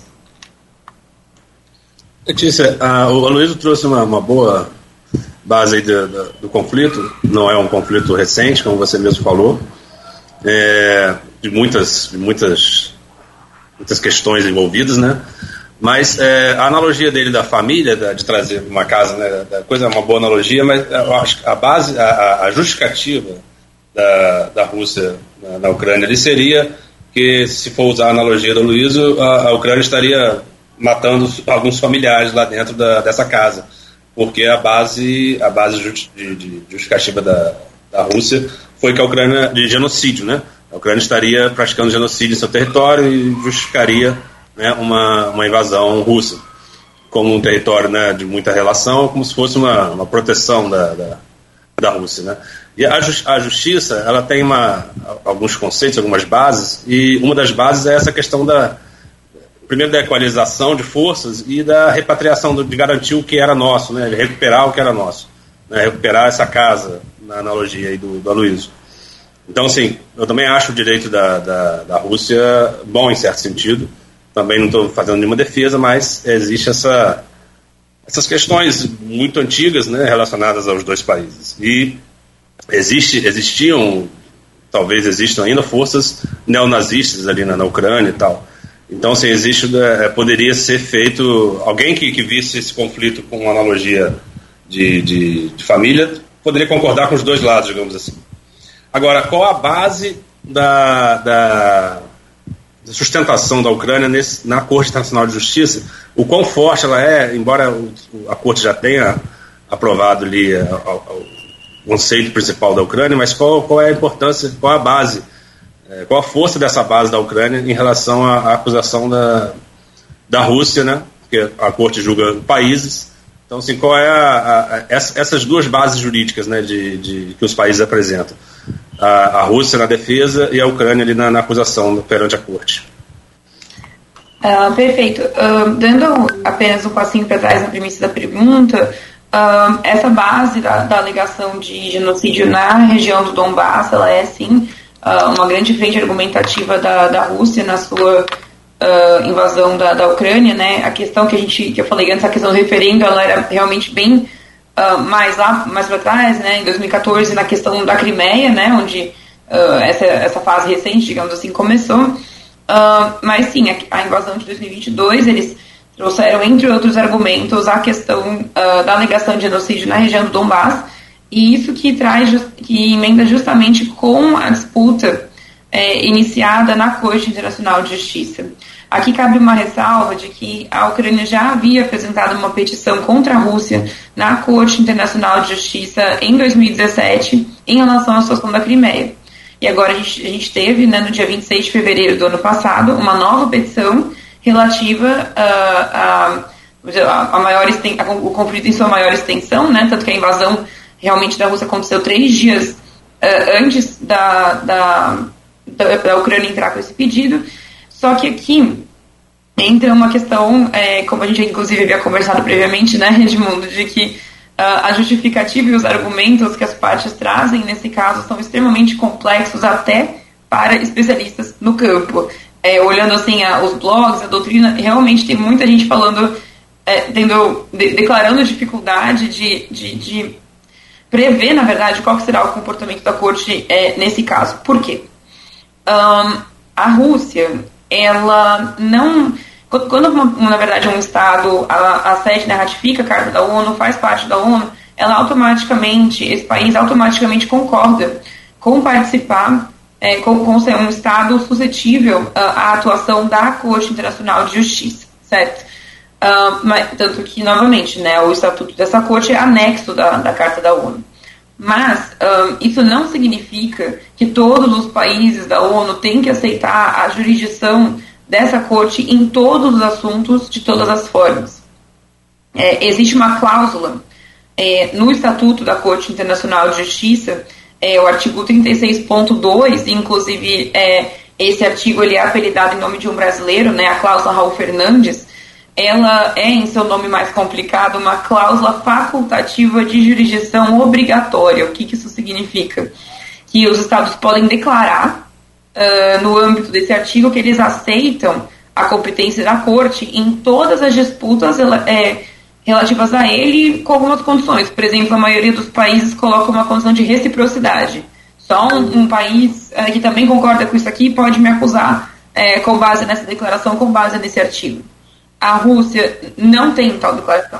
Letícia, o Aloysio trouxe uma boa base aí do conflito. Não é um conflito recente, como você mesmo falou, de muitas questões envolvidas, né? Mas a analogia dele da família, de trazer uma casa, né, da coisa é uma boa analogia, mas eu acho que a base, a justificativa da Rússia na Ucrânia ali seria que, se for usar a analogia do Aloysio, a Ucrânia estaria matando alguns familiares lá dentro dessa casa, porque a base de justificativa da Rússia foi que a Ucrânia, de genocídio, né? A Ucrânia estaria praticando genocídio em seu território e justificaria, né, uma invasão russa como um território, né, de muita relação, como se fosse uma proteção da Rússia, né? E a justiça, ela tem alguns conceitos, algumas bases, e uma das bases é essa questão primeiro da equalização de forças e da repatriação, de garantir o que era nosso, né, de recuperar o que era nosso, né, recuperar essa casa, na analogia aí do Aloysio. Então, assim, eu também acho o direito da Rússia bom em certo sentido. Também não estou fazendo nenhuma defesa, mas existe essas questões muito antigas, né, relacionadas aos dois países. E existiam, talvez existam ainda, forças neonazistas ali na Ucrânia e tal. Então, assim, poderia ser feito, alguém que visse esse conflito com uma analogia de família, poderia concordar com os dois lados, digamos assim. Agora, qual a base da sustentação da Ucrânia na Corte Internacional de Justiça? O quão forte ela é, embora a Corte já tenha aprovado ali o conceito principal da Ucrânia, mas qual é a importância, qual a base, qual a força dessa base da Ucrânia em relação à acusação da Rússia, né? Porque a Corte julga países. Então, assim, qual é essas duas bases jurídicas, né, que os países apresentam? A Rússia na defesa e a Ucrânia ali na acusação perante a Corte. Perfeito. Dando apenas um passinho para trás na premissa da pergunta, essa base da alegação de genocídio na região do Donbass, ela é sim uma grande frente argumentativa da Rússia na sua invasão da Ucrânia, né? A questão que eu falei antes, a questão do referendo, ela era realmente bem mais para trás, né? Em 2014, na questão da Crimeia, né? Onde essa fase recente, digamos assim, começou. Mas sim, a invasão de 2022, eles trouxeram, entre outros argumentos, a questão da alegação de genocídio na região do Donbass, e isso que emenda justamente com a disputa iniciada na Corte Internacional de Justiça. Aqui cabe uma ressalva de que a Ucrânia já havia apresentado uma petição contra a Rússia na Corte Internacional de Justiça em 2017 em relação à situação da Crimeia. E agora a gente teve, né, no dia 26 de fevereiro do ano passado, uma nova petição relativa o conflito em sua maior extensão, né, tanto que a invasão realmente da Rússia aconteceu 3 dias antes da Ucrânia entrar com esse pedido. Só que aqui entra uma questão, como a gente inclusive havia conversado previamente, né, Edmundo, de que a justificativa e os argumentos que as partes trazem nesse caso são extremamente complexos até para especialistas no campo. Olhando assim os blogs, a doutrina, realmente tem muita gente falando, declarando dificuldade de prever, na verdade, qual será o comportamento da corte nesse caso. Por quê? A Rússia, ela não... Quando, na verdade, um Estado, a sede, né, ratifica a Carta da ONU, faz parte da ONU, esse país automaticamente concorda com participar, com ser um Estado suscetível à atuação da Corte Internacional de Justiça, certo? Tanto que, novamente, né, o estatuto dessa corte é anexo da Carta da ONU. Mas isso não significa que todos os países da ONU têm que aceitar a jurisdição dessa corte em todos os assuntos, de todas as formas. Existe uma cláusula no Estatuto da Corte Internacional de Justiça, o artigo 36.2, inclusive esse artigo ele é apelidado em nome de um brasileiro, né, a cláusula Raul Fernandes. Ela é, em seu nome mais complicado, uma cláusula facultativa de jurisdição obrigatória. O que isso significa? Que os Estados podem declarar, no âmbito desse artigo, que eles aceitam a competência da Corte em todas as disputas relativas a ele, com algumas condições. Por exemplo, a maioria dos países coloca uma condição de reciprocidade. Só um país que também concorda com isso aqui pode me acusar com base nessa declaração, com base nesse artigo. A Rússia não tem tal declaração.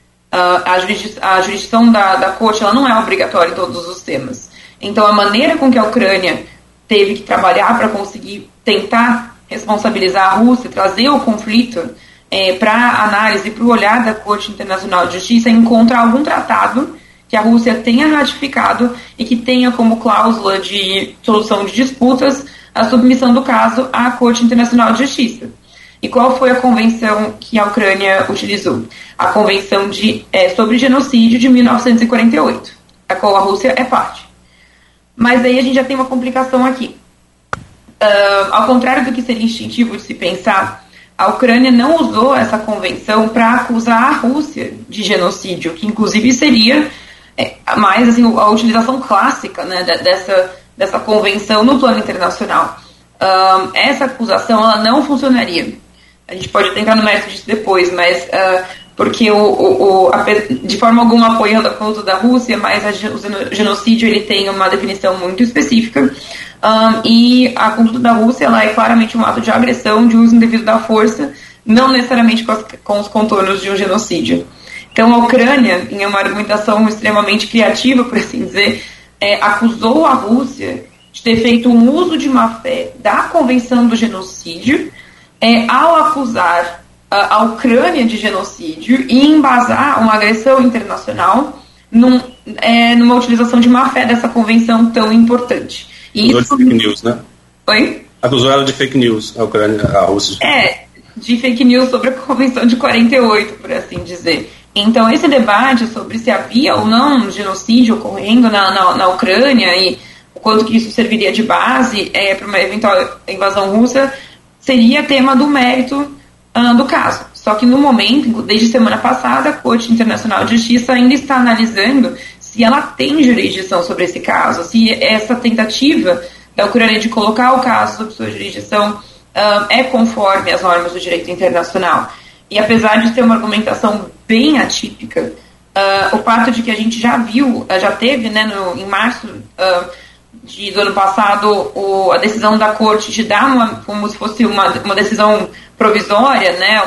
A jurisdição da Corte ela não é obrigatória em todos os temas. Então, a maneira com que a Ucrânia teve que trabalhar para conseguir tentar responsabilizar a Rússia, trazer o conflito para a análise, para o olhar da Corte Internacional de Justiça, é encontrar algum tratado que a Rússia tenha ratificado e que tenha como cláusula de solução de disputas a submissão do caso à Corte Internacional de Justiça. E qual foi a convenção que a Ucrânia utilizou? A Convenção sobre Genocídio de 1948, a qual a Rússia é parte. Mas aí a gente já tem uma complicação aqui. Ao contrário do que seria instintivo de se pensar, a Ucrânia não usou essa convenção para acusar a Rússia de genocídio, que inclusive seria mais assim, a utilização clássica, né, dessa convenção no plano internacional. Essa acusação ela não funcionaria. A gente pode até entrar no mérito disso depois, mas porque de forma alguma apoiando a conduta da Rússia, mas o genocídio ele tem uma definição muito específica, e a conduta da Rússia ela é claramente um ato de agressão, de uso indevido da força, não necessariamente com os contornos de um genocídio. Então a Ucrânia, em uma argumentação extremamente criativa, por assim dizer, acusou a Rússia de ter feito um uso de má-fé da Convenção do Genocídio, ao acusar a Ucrânia de genocídio e embasar uma agressão internacional numa utilização de má-fé dessa convenção tão importante. Acusou de fake news, né? Oi? Acusou ela de fake news, a Ucrânia, a Rússia. De fake news sobre a Convenção de 48, por assim dizer. Então, esse debate sobre se havia ou não um genocídio ocorrendo na Ucrânia e o quanto que isso serviria de base para uma eventual invasão russa seria tema do mérito do caso. Só que no momento, desde semana passada, a Corte Internacional de Justiça ainda está analisando se ela tem jurisdição sobre esse caso, se essa tentativa da Ucrânia de colocar o caso sob sua jurisdição é conforme as normas do direito internacional. E apesar de ter uma argumentação bem atípica, o fato de que a gente já teve, né, em março do ano passado, a decisão da Corte de dar como se fosse uma decisão provisória, né,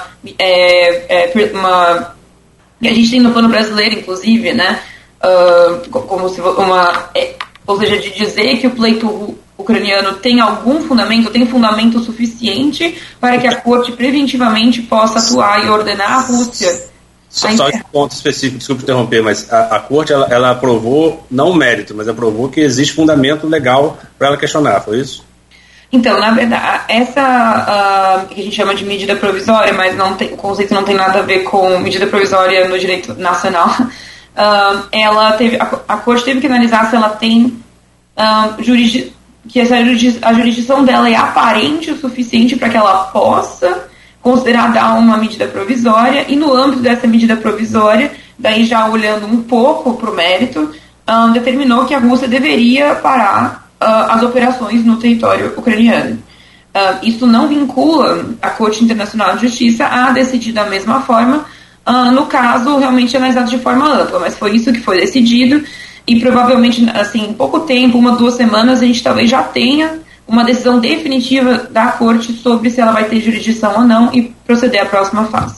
que a gente tem no plano brasileiro, inclusive, né, como se ou seja, de dizer que o pleito ucraniano tem fundamento suficiente para que a Corte preventivamente possa atuar e ordenar a Rússia. Só esse ponto específico, desculpe interromper, mas a Corte ela aprovou, não o mérito, mas aprovou que existe fundamento legal para ela questionar, foi isso? Então, na verdade, essa que a gente chama de medida provisória, mas o conceito não tem nada a ver com medida provisória no direito nacional, a Corte teve que analisar se ela tem que a jurisdição dela é aparente o suficiente para que ela possa considerar dar uma medida provisória, e no âmbito dessa medida provisória, daí já olhando um pouco para o mérito, determinou que a Rússia deveria parar as operações no território ucraniano. Isso não vincula a Corte Internacional de Justiça a decidir da mesma forma, no caso realmente analisado de forma ampla, mas foi isso que foi decidido, e provavelmente, assim, em pouco tempo, 1-2 semanas, a gente talvez já tenha uma decisão definitiva da Corte sobre se ela vai ter jurisdição ou não e proceder à próxima fase.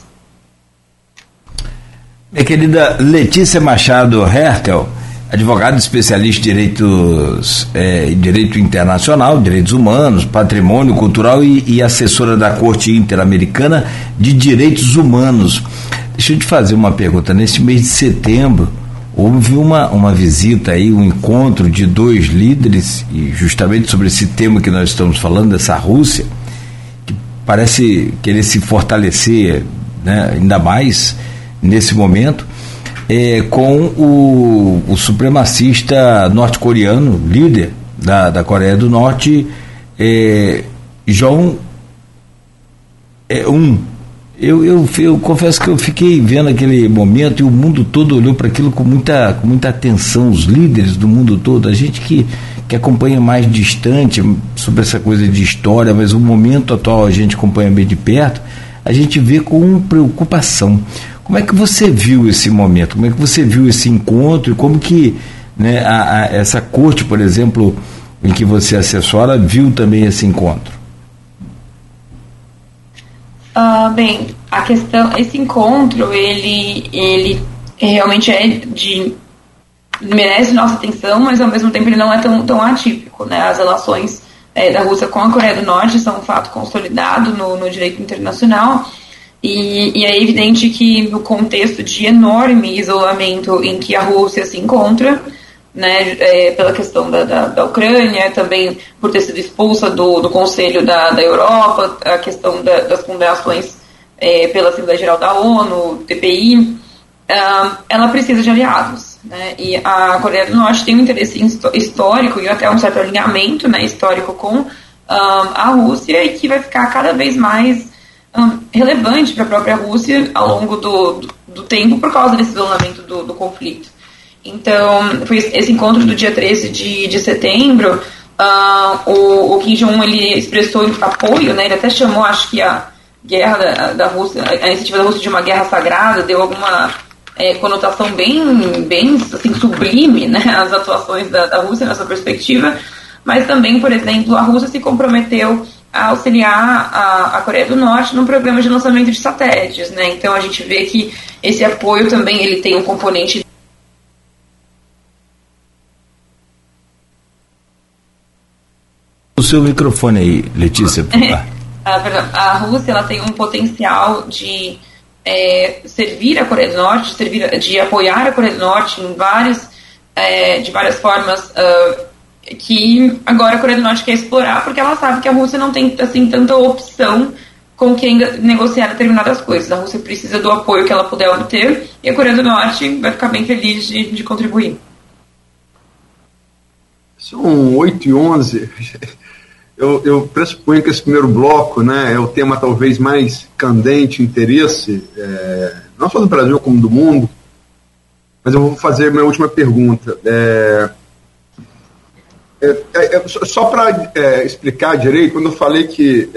Minha querida Letícia Machado Hertel, advogada especialista em direito internacional, direitos humanos, patrimônio cultural e assessora da Corte Interamericana de Direitos Humanos. Deixa eu te fazer uma pergunta. Nesse mês de setembro, houve uma visita aí, um encontro de 2 líderes, e justamente sobre esse tema que nós estamos falando, dessa Rússia, que parece querer se fortalecer, né, ainda mais nesse momento, com o supremacista norte-coreano, líder da Coreia do Norte, Jong Un. Eu confesso que eu fiquei vendo aquele momento e o mundo todo olhou para aquilo com muita atenção, os líderes do mundo todo, a gente que acompanha mais distante sobre essa coisa de história, mas o momento atual a gente acompanha bem de perto, a gente vê com preocupação. Como é que você viu esse momento? Como é que você viu esse encontro e como que, né, essa corte, por exemplo, em que você assessora, viu também esse encontro? Bem, esse encontro, ele realmente merece nossa atenção, mas ao mesmo tempo ele não é tão atípico, né? As relações da Rússia com a Coreia do Norte são um fato consolidado no direito internacional, e é evidente que no contexto de enorme isolamento em que a Rússia se encontra, né, pela questão da Ucrânia, também por ter sido expulsa do Conselho da Europa, a questão das condenações pela Assembleia Geral da ONU, TPI, ela precisa de aliados, né, e a Coreia do Norte tem um interesse histórico e até um certo alinhamento, né, histórico com a Rússia, e que vai ficar cada vez mais relevante para a própria Rússia ao longo do tempo por causa desse isolamento do conflito. Então, foi esse encontro do dia 13 de setembro, o Kim Jong-un, ele expressou apoio, né, ele até chamou, acho que a guerra da Rússia, a iniciativa da Rússia de uma guerra sagrada, deu alguma conotação bem assim, sublime, né, às atuações da Rússia nessa perspectiva, mas também, por exemplo, a Rússia se comprometeu a auxiliar a Coreia do Norte num programa de lançamento de satélites, né, então a gente vê que esse apoio também ele tem um componente. O seu microfone aí, Letícia, por favor. A Rússia ela tem um potencial de servir a Coreia do Norte, de apoiar a Coreia do Norte de várias formas que agora a Coreia do Norte quer explorar, porque ela sabe que a Rússia não tem assim, tanta opção com quem negociar determinadas coisas. A Rússia precisa do apoio que ela puder obter e a Coreia do Norte vai ficar bem feliz de contribuir. São 8h11. Eu pressuponho que esse primeiro bloco, né, é o tema talvez mais candente, interesse, não só do Brasil como do mundo, mas eu vou fazer minha última pergunta. Só para explicar direito, quando eu falei que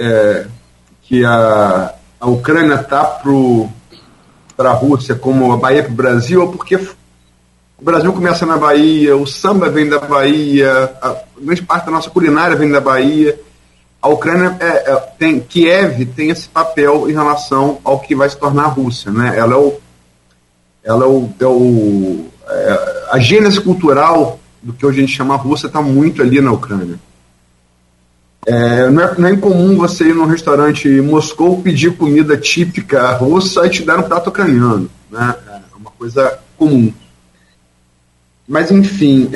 a Ucrânia está para a Rússia como a Bahia para o Brasil, é porque o Brasil começa na Bahia, o samba vem da Bahia, grande parte da nossa culinária vem da Bahia. A Ucrânia Kiev tem esse papel em relação ao que vai se tornar a Rússia, né? A gênese cultural do que hoje a gente chama a Rússia está muito ali na Ucrânia. Não é incomum você ir num restaurante em Moscou, pedir comida típica russa e te dar um prato ucraniano, né? É uma coisa comum. Mas, enfim,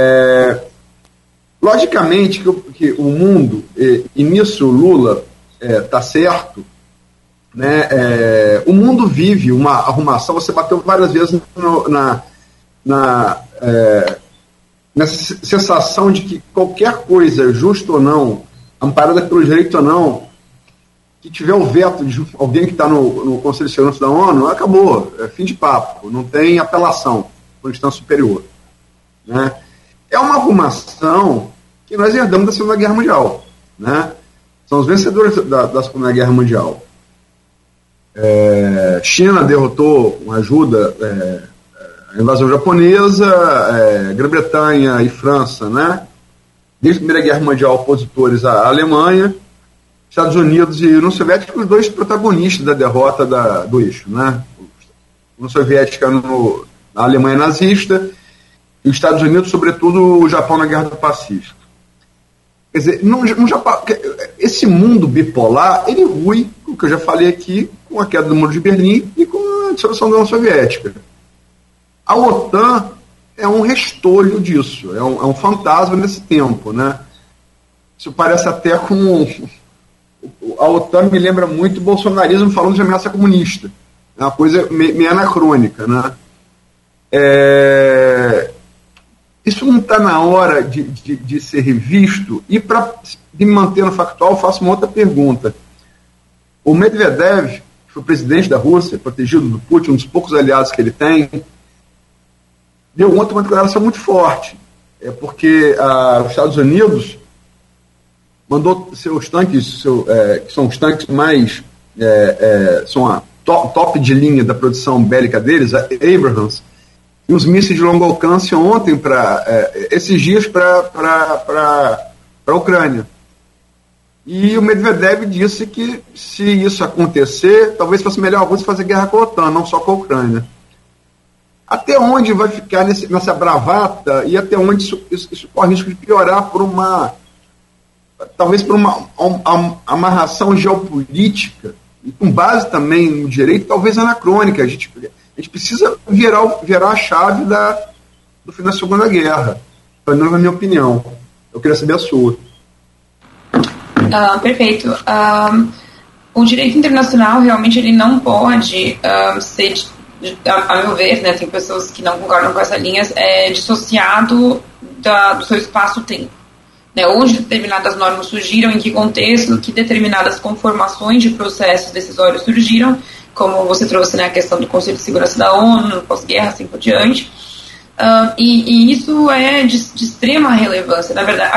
logicamente que o mundo, e nisso Lula está certo, né, o mundo vive uma arrumação. Você bateu várias vezes nessa sensação de que qualquer coisa, justa ou não, amparada pelo direito ou não, que tiver o veto de alguém que está no Conselho de Segurança da ONU, acabou, fim de papo, não tem apelação por instância superior. Né? É uma arrumação que nós herdamos da Segunda Guerra Mundial, né? São os vencedores da Segunda Guerra Mundial. China derrotou com ajuda a invasão japonesa, Grã-Bretanha e França, né? Desde a Primeira Guerra Mundial, opositores à Alemanha, Estados Unidos e União Soviética, os dois protagonistas da derrota do eixo, né? A União Soviética na Alemanha nazista, e os Estados Unidos, sobretudo o Japão na Guerra do Pacífico. Quer dizer, no Japão, esse mundo bipolar, ele rui, o que eu já falei aqui, com a queda do Muro de Berlim e com a dissolução da União Soviética. A OTAN é um restolho disso, é um fantasma nesse tempo, né? Isso parece até como... A OTAN me lembra muito o bolsonarismo falando de ameaça comunista. É uma coisa meio anacrônica, né? Isso não está na hora de ser revisto? E para me manter no factual, eu faço uma outra pergunta. O Medvedev, que foi presidente da Rússia, protegido do Putin, um dos poucos aliados que ele tem, deu ontem uma declaração muito forte, porque os Estados Unidos mandou seus tanques, que são os tanques mais, são a top de linha da produção bélica deles, a Abrams, e os mísseis de longo alcance ontem, esses dias, para a Ucrânia. E o Medvedev disse que, se isso acontecer, talvez fosse melhor a Rússia fazer guerra com a OTAN, não só com a Ucrânia. Até onde vai ficar nessa bravata e até onde isso corre risco de piorar talvez por uma amarração geopolítica, e com base também no direito, talvez anacrônica. A gente precisa virar a chave do fim da Segunda Guerra, pelo menos na minha opinião. Eu queria saber a sua. Perfeito. O direito internacional realmente ele não pode ser, a meu ver, né, tem pessoas que não concordam com essa linha, dissociado do seu espaço-tempo. Né, onde determinadas normas surgiram, em que contexto, que determinadas conformações de processos decisórios surgiram, como você trouxe, né, a questão do Conselho de Segurança da ONU, no pós-guerra, assim por diante. E isso é de extrema relevância. Na verdade,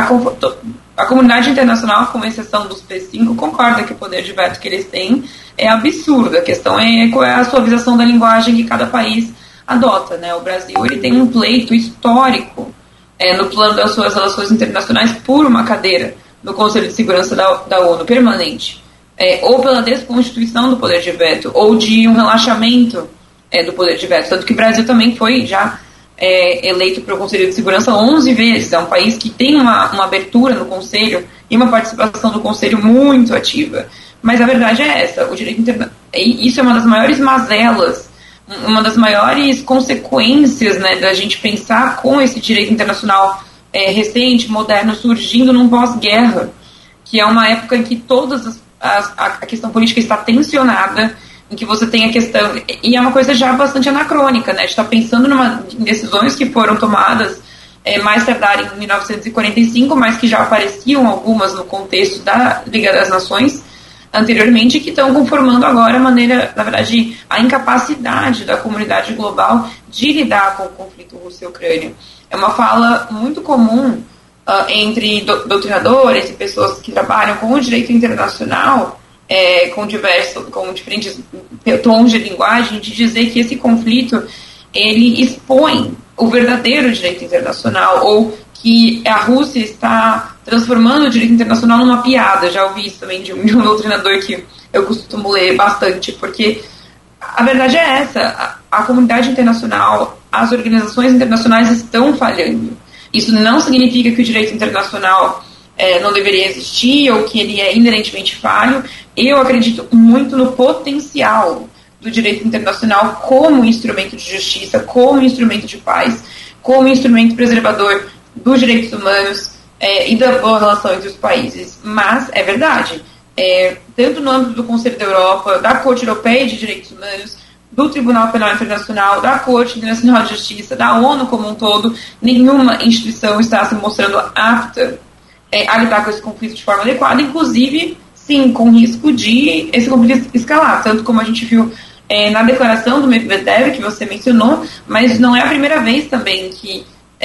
a comunidade internacional, com exceção dos P5, concorda que o poder de veto que eles têm é absurdo. A questão é qual é a suavização da linguagem que cada país adota, né? O Brasil ele tem um pleito histórico no plano das suas relações internacionais por uma cadeira no Conselho de Segurança da ONU permanente, ou pela desconstituição do poder de veto, ou de um relaxamento do poder de veto. Tanto que o Brasil também foi já eleito para o Conselho de Segurança 11 vezes. É um país que tem uma abertura no Conselho e uma participação do Conselho muito ativa. Mas a verdade é essa, o direito internacional, isso é uma das maiores mazelas, uma das maiores consequências, né, da gente pensar com esse direito internacional recente, moderno, surgindo num pós-guerra, que é uma época em que todas a questão política está tensionada, em que você tem a questão, e é uma coisa já bastante anacrônica, né? A gente está pensando em decisões que foram tomadas mais tardar em 1945, mas que já apareciam algumas no contexto da Liga das Nações anteriormente, que estão conformando agora a maneira, na verdade, a incapacidade da comunidade global de lidar com o conflito Rússia-Ucrânia. É uma fala muito comum entre doutrinadores e pessoas que trabalham com o direito internacional, com diferentes tons de linguagem, de dizer que esse conflito ele expõe o verdadeiro direito internacional, ou que a Rússia está transformando o direito internacional numa piada. Já ouvi isso também de um doutrinador que eu costumo ler bastante, porque a verdade é essa, a comunidade internacional, as organizações internacionais estão falhando. Isso não significa que o direito internacional não deveria existir ou que ele é inerentemente falho. Eu acredito muito no potencial do direito internacional como instrumento de justiça, como instrumento de paz, como instrumento preservador dos direitos humanos e da boa relação entre os países. Mas é verdade, tanto no âmbito do Conselho da Europa, da Corte Europeia de Direitos Humanos, do Tribunal Penal Internacional, da Corte Internacional de Justiça, da ONU como um todo, nenhuma instituição está se mostrando apta a lidar com esse conflito de forma adequada, inclusive, sim, com risco de esse conflito escalar, tanto como a gente viu na declaração do Medvedev, que você mencionou, mas não é a primeira vez também que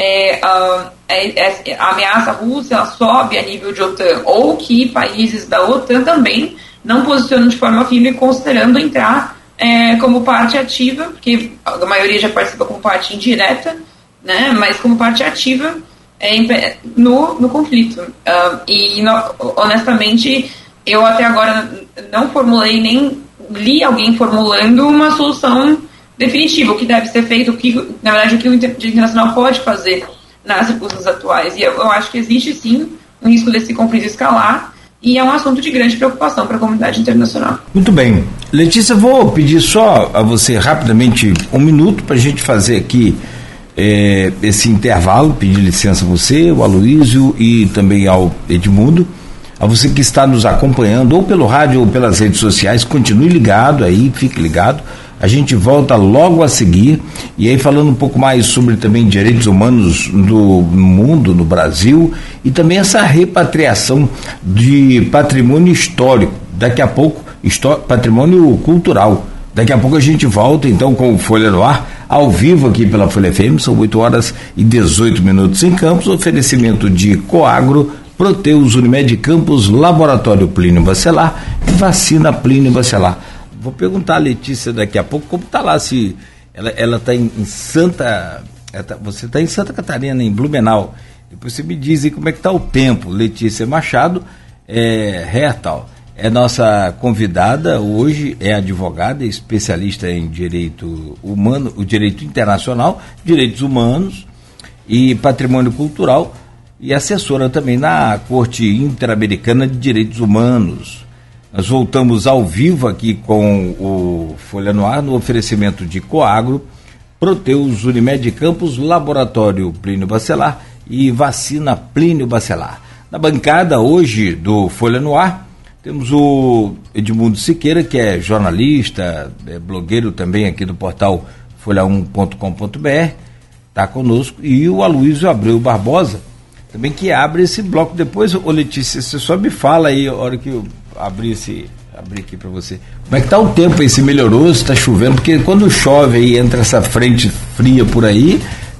a ameaça russa ela sobe a nível de OTAN, ou que países da OTAN também não posicionam de forma firme, considerando entrar como parte ativa, porque a maioria já participa como parte indireta, né, mas como parte ativa no conflito. Honestamente, eu até agora não formulei nem li alguém formulando uma solução definitiva, o que deve ser feito, na verdade, o que o direito internacional pode fazer nas circunstâncias atuais. E eu acho que existe, sim, um risco desse conflito escalar, e é um assunto de grande preocupação para a comunidade internacional. Muito bem. Letícia, vou pedir só a você, rapidamente, um minuto para a gente fazer aqui esse intervalo, pedir licença a você, ao Aloysio e também ao Edmundo. A você que está nos acompanhando, ou pelo rádio ou pelas redes sociais, continue ligado aí, fique ligado. A gente volta logo a seguir, e aí falando um pouco mais sobre também direitos humanos no mundo, no Brasil, e também essa repatriação de patrimônio histórico, daqui a pouco, patrimônio cultural. Daqui a pouco a gente volta então com o Folha no Ar, ao vivo aqui pela Folha FM, são 8h18 em Campos, oferecimento de Coagro, Proteus, Unimed Campos, Laboratório Plínio Bacelar e Vacina Plínio Bacelar. Vou perguntar a Letícia daqui a pouco como está lá, se ela está em você está em Santa Catarina, em Blumenau. Depois você me diz aí como é que está o tempo. Letícia Machado Hertal é nossa convidada hoje, é advogada, especialista em direito humano, o direito internacional, direitos humanos e patrimônio cultural, e assessora também na Corte Interamericana de Direitos Humanos. Nós voltamos ao vivo aqui com o Folha no Ar, no oferecimento de Coagro, Proteus, Unimed Campos, Laboratório Plínio Bacelar e Vacina Plínio Bacelar. Na bancada hoje do Folha no Ar, temos o Edmundo Siqueira, que é jornalista, blogueiro também aqui do portal folha1.com.br, está conosco, e o Aloysio Abreu Barbosa, também, que abre esse bloco. Depois, ô Letícia, você só me fala aí, a hora que eu abrir aqui para você, como é que tá o tempo aí, se melhorou, se tá chovendo, porque quando chove aí, entra essa frente fria por aí,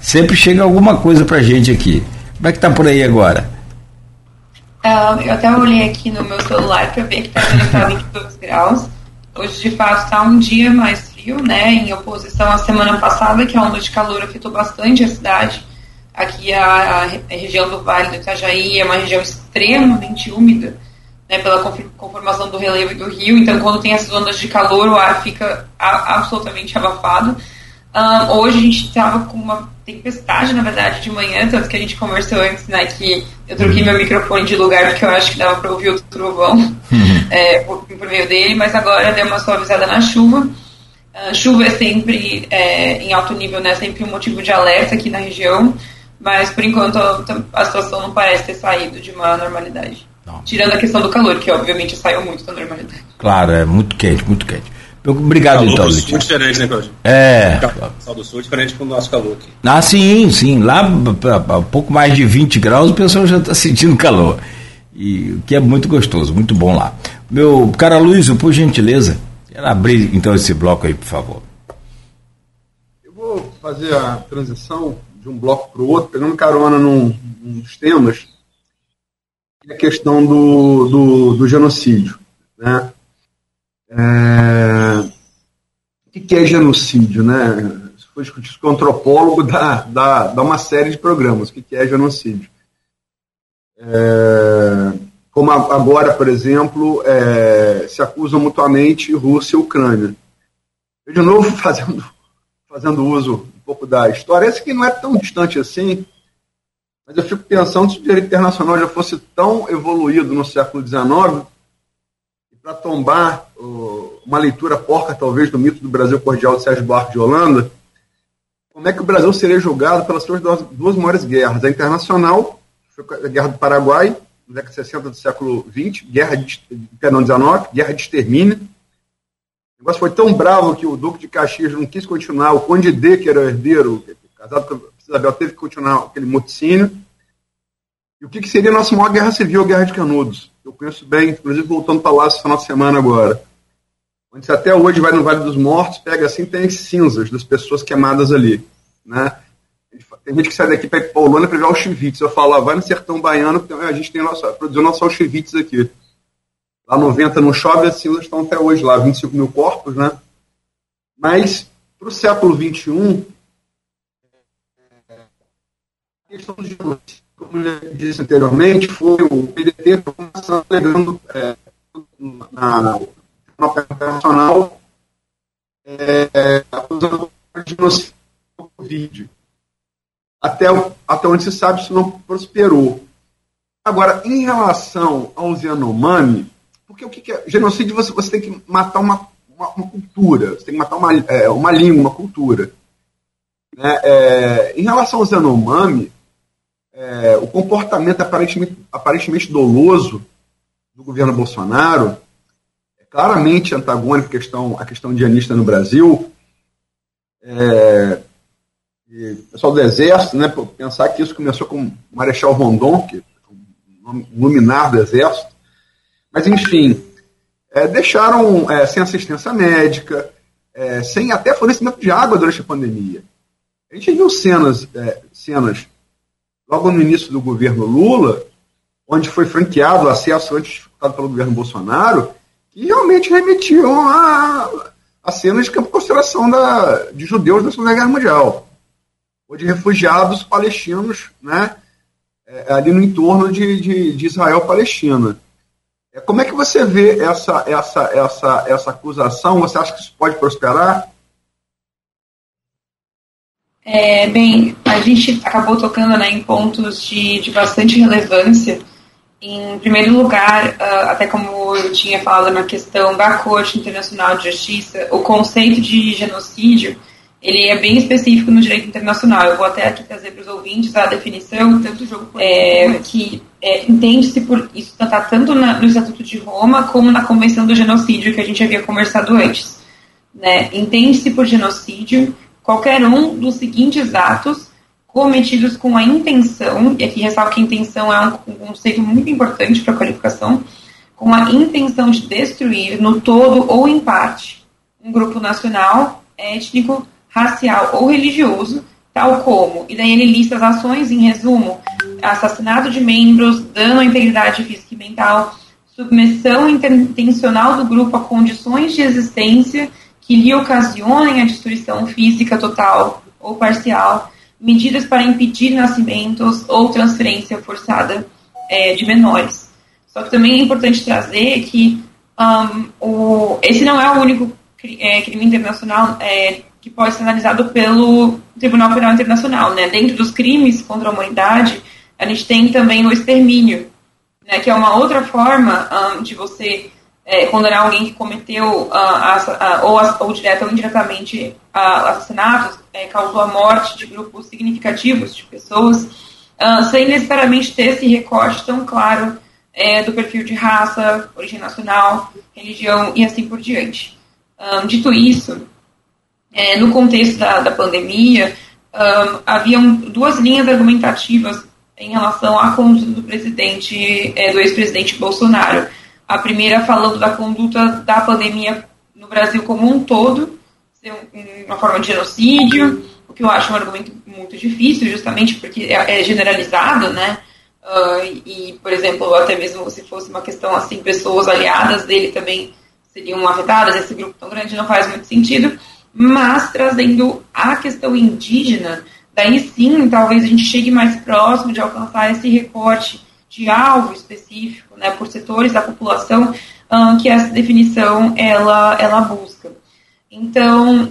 sempre chega alguma coisa pra gente aqui. Como é que tá por aí agora? Eu até olhei aqui no meu celular para ver que está 22 graus. Hoje, de fato, está um dia mais frio, né? Em oposição à semana passada, que a onda de calor afetou bastante a cidade. Aqui a região do Vale do Itajaí é uma região extremamente úmida, né, pela conformação do relevo e do rio. Então, quando tem essas ondas de calor, o ar fica absolutamente abafado. Hoje a gente estava com uma tempestade, na verdade, de manhã, tanto que a gente conversou antes, né, que eu troquei meu microfone de lugar porque eu acho que dava para ouvir o trovão por meio dele, mas agora deu uma suavizada na chuva. Chuva é sempre em alto nível, né, sempre um motivo de alerta aqui na região, mas por enquanto a situação não parece ter saído de uma normalidade. Não. Tirando a questão do calor, que obviamente saiu muito da normalidade. Claro, é muito quente, muito quente. Obrigado, calor então, Letícia. Muito diferente, né, Claudio? O calor do sul é diferente do nosso calor aqui. Sim. Lá, a pouco mais de 20 graus, o pessoal já está sentindo calor. E o que é muito gostoso, muito bom lá. Meu cara Luísio, por gentileza, quero abrir então esse bloco aí, por favor. Eu vou fazer a transição de um bloco para o outro, pegando carona num dos temas, que é a questão do genocídio, né? O que é genocídio, né? Isso foi discutido com o antropólogo, dá uma série de programas. O que é genocídio? Como agora, por exemplo, se acusam mutuamente Rússia e Ucrânia. Eu, de novo, fazendo uso um pouco da história, esse que não é tão distante assim, mas eu fico pensando se o direito internacional já fosse tão evoluído no século XIX, para tombar uma leitura porca, talvez, do mito do Brasil cordial de Sérgio Buarque de Holanda, como é que o Brasil seria julgado pelas suas duas maiores guerras? A internacional, foi a Guerra do Paraguai, na década de 60 do século XX, Guerra de Extermínio. O negócio foi tão bravo que o Duque de Caxias não quis continuar, o Conde D, que era o herdeiro, casado com a Isabel, teve que continuar aquele morticínio. E o que seria a nossa maior guerra civil, a Guerra de Canudos? Eu conheço bem, inclusive voltando para lá esse final de semana agora. Onde você até hoje vai no Vale dos Mortos, pega assim, tem as cinzas das pessoas queimadas ali, né? Tem gente que sai daqui para ir para Paulânia para ver Auschwitz. Eu falo, vai no sertão baiano, a gente produziu nosso Auschwitz aqui. Lá 90 não chove, as cinzas estão até hoje lá, 25 mil corpos, né? Mas, para o século XXI, a questão do genocídio, como eu disse anteriormente, foi o PDT alegando na internacional acusando de genocídio do Covid. Até onde se sabe, isso não prosperou. Agora, em relação aos Yanomami, porque o que é genocídio? Você tem que matar uma cultura, você tem que matar uma língua, uma cultura. Em relação aos Yanomami, o comportamento aparentemente doloso do governo Bolsonaro é claramente antagônico à questão indianista no Brasil. O pessoal do Exército, né, pensar que isso começou com o Marechal Rondon, que é um luminar do Exército, mas, enfim, deixaram sem assistência médica, sem até fornecimento de água durante a pandemia. A gente viu cenas logo no início do governo Lula, onde foi franqueado o acesso antes disputado pelo governo Bolsonaro, que realmente remetiam a cenas de campo de concentração de judeus da Segunda Guerra Mundial, ou de refugiados palestinos, né, ali no entorno de Israel-Palestina. Como é que você vê essa acusação? Você acha que isso pode prosperar? Bem, a gente acabou tocando, né, em pontos de bastante relevância. Em primeiro lugar, até como eu tinha falado na questão da Corte Internacional de Justiça, o conceito de genocídio, ele é bem específico no direito internacional. Eu vou até aqui trazer para os ouvintes a definição, tanto que entende-se por isso está tanto no Estatuto de Roma como na Convenção do Genocídio, que a gente havia conversado antes. Né? Entende-se por genocídio qualquer um dos seguintes atos cometidos com a intenção, e aqui ressalto que a intenção é um conceito muito importante para a qualificação, com a intenção de destruir, no todo ou em parte, um grupo nacional, étnico, racial ou religioso, tal como, e daí ele lista as ações em resumo: assassinato de membros, dano à integridade física e mental, submissão intencional do grupo a condições de existência que lhe ocasionem a destruição física total ou parcial, medidas para impedir nascimentos ou transferência forçada de menores. Só que também é importante trazer que esse não é o único crime internacional que pode ser analisado pelo Tribunal Penal Internacional, né? Dentro dos crimes contra a humanidade, a gente tem também o extermínio, né? Que é uma outra forma de você condenar alguém que cometeu ou direta ou indiretamente assassinatos, causou a morte de grupos significativos de pessoas, sem necessariamente ter esse recorte tão claro do perfil de raça, origem nacional, religião e assim por diante. Dito isso, no contexto da pandemia, haviam duas linhas argumentativas em relação à conduta do do ex-presidente Bolsonaro. A primeira falando da conduta da pandemia no Brasil como um todo, ser uma forma de genocídio, o que eu acho um argumento muito difícil, justamente porque é generalizado, né? E, por exemplo, até mesmo se fosse uma questão assim, pessoas aliadas dele também seriam afetadas, esse grupo tão grande não faz muito sentido, mas trazendo a questão indígena, daí sim, talvez a gente chegue mais próximo de alcançar esse recorte de alvo específico, né, por setores da população, que essa definição ela busca. Então,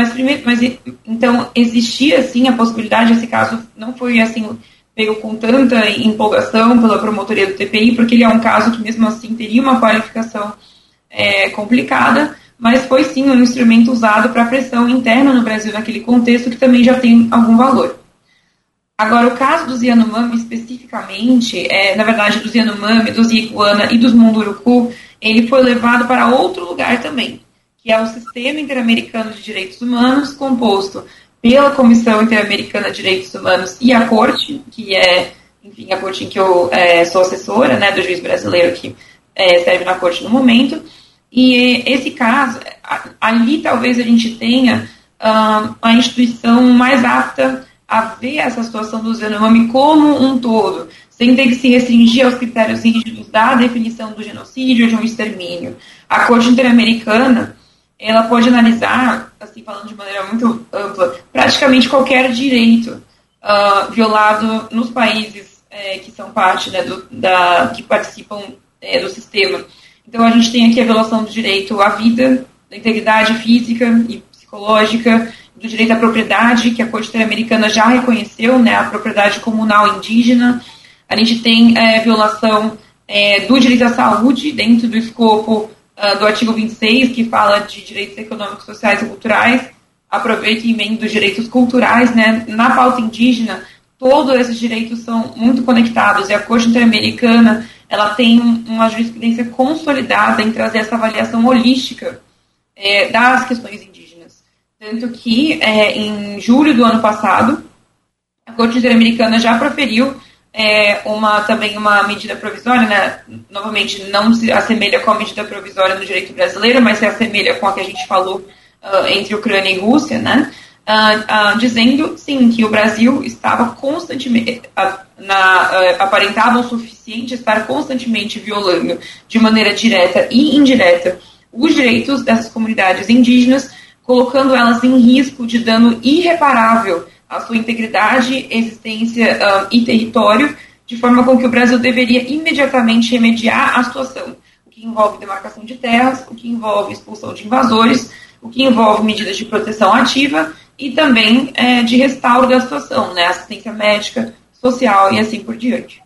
então existia sim a possibilidade, esse caso não foi assim pego com tanta empolgação pela promotoria do TPI, porque ele é um caso que mesmo assim teria uma qualificação complicada, mas foi sim um instrumento usado para pressão interna no Brasil naquele contexto, que também já tem algum valor. Agora, o caso dos Yanomami especificamente, na verdade dos Yanomami, dos Iguana e dos Munduruku, ele foi levado para outro lugar também, que é o Sistema Interamericano de Direitos Humanos, composto pela Comissão Interamericana de Direitos Humanos e a Corte, que é, enfim, a Corte em que eu sou assessora, né, do juiz brasileiro que serve na Corte no momento. E esse caso, ali talvez a gente tenha a instituição mais apta a ver essa situação do Yanomami como um todo, sem ter que se restringir aos critérios rígidos da definição do genocídio ou de um extermínio. A Corte Interamericana, ela pode analisar, assim, falando de maneira muito ampla, praticamente qualquer direito violado nos países que são parte, né, que participam do sistema. Então, a gente tem aqui a violação do direito à vida, da integridade física e psicológica, do direito à propriedade, que a Corte Interamericana já reconheceu, né, a propriedade comunal indígena. A gente tem violação do direito à saúde, dentro do escopo do artigo 26, que fala de direitos econômicos, sociais e culturais. Aproveito e emendo dos direitos culturais, né. Na pauta indígena, todos esses direitos são muito conectados, e a Corte Interamericana ela tem uma jurisprudência consolidada em trazer essa avaliação holística das questões indígenas. Tanto que, em julho do ano passado, a Corte Interamericana já proferiu também uma medida provisória, né? Novamente, não se assemelha com a medida provisória no direito brasileiro, mas se assemelha com a que a gente falou entre Ucrânia e Rússia, né? Dizendo, sim, que o Brasil estava constantemente, aparentava o suficiente estar constantemente violando, de maneira direta e indireta, os direitos dessas comunidades indígenas, colocando elas em risco de dano irreparável à sua integridade, existência e território, de forma com que o Brasil deveria imediatamente remediar a situação, o que envolve demarcação de terras, o que envolve expulsão de invasores, o que envolve medidas de proteção ativa e também de restauro da situação, né, assistência médica, social e assim por diante.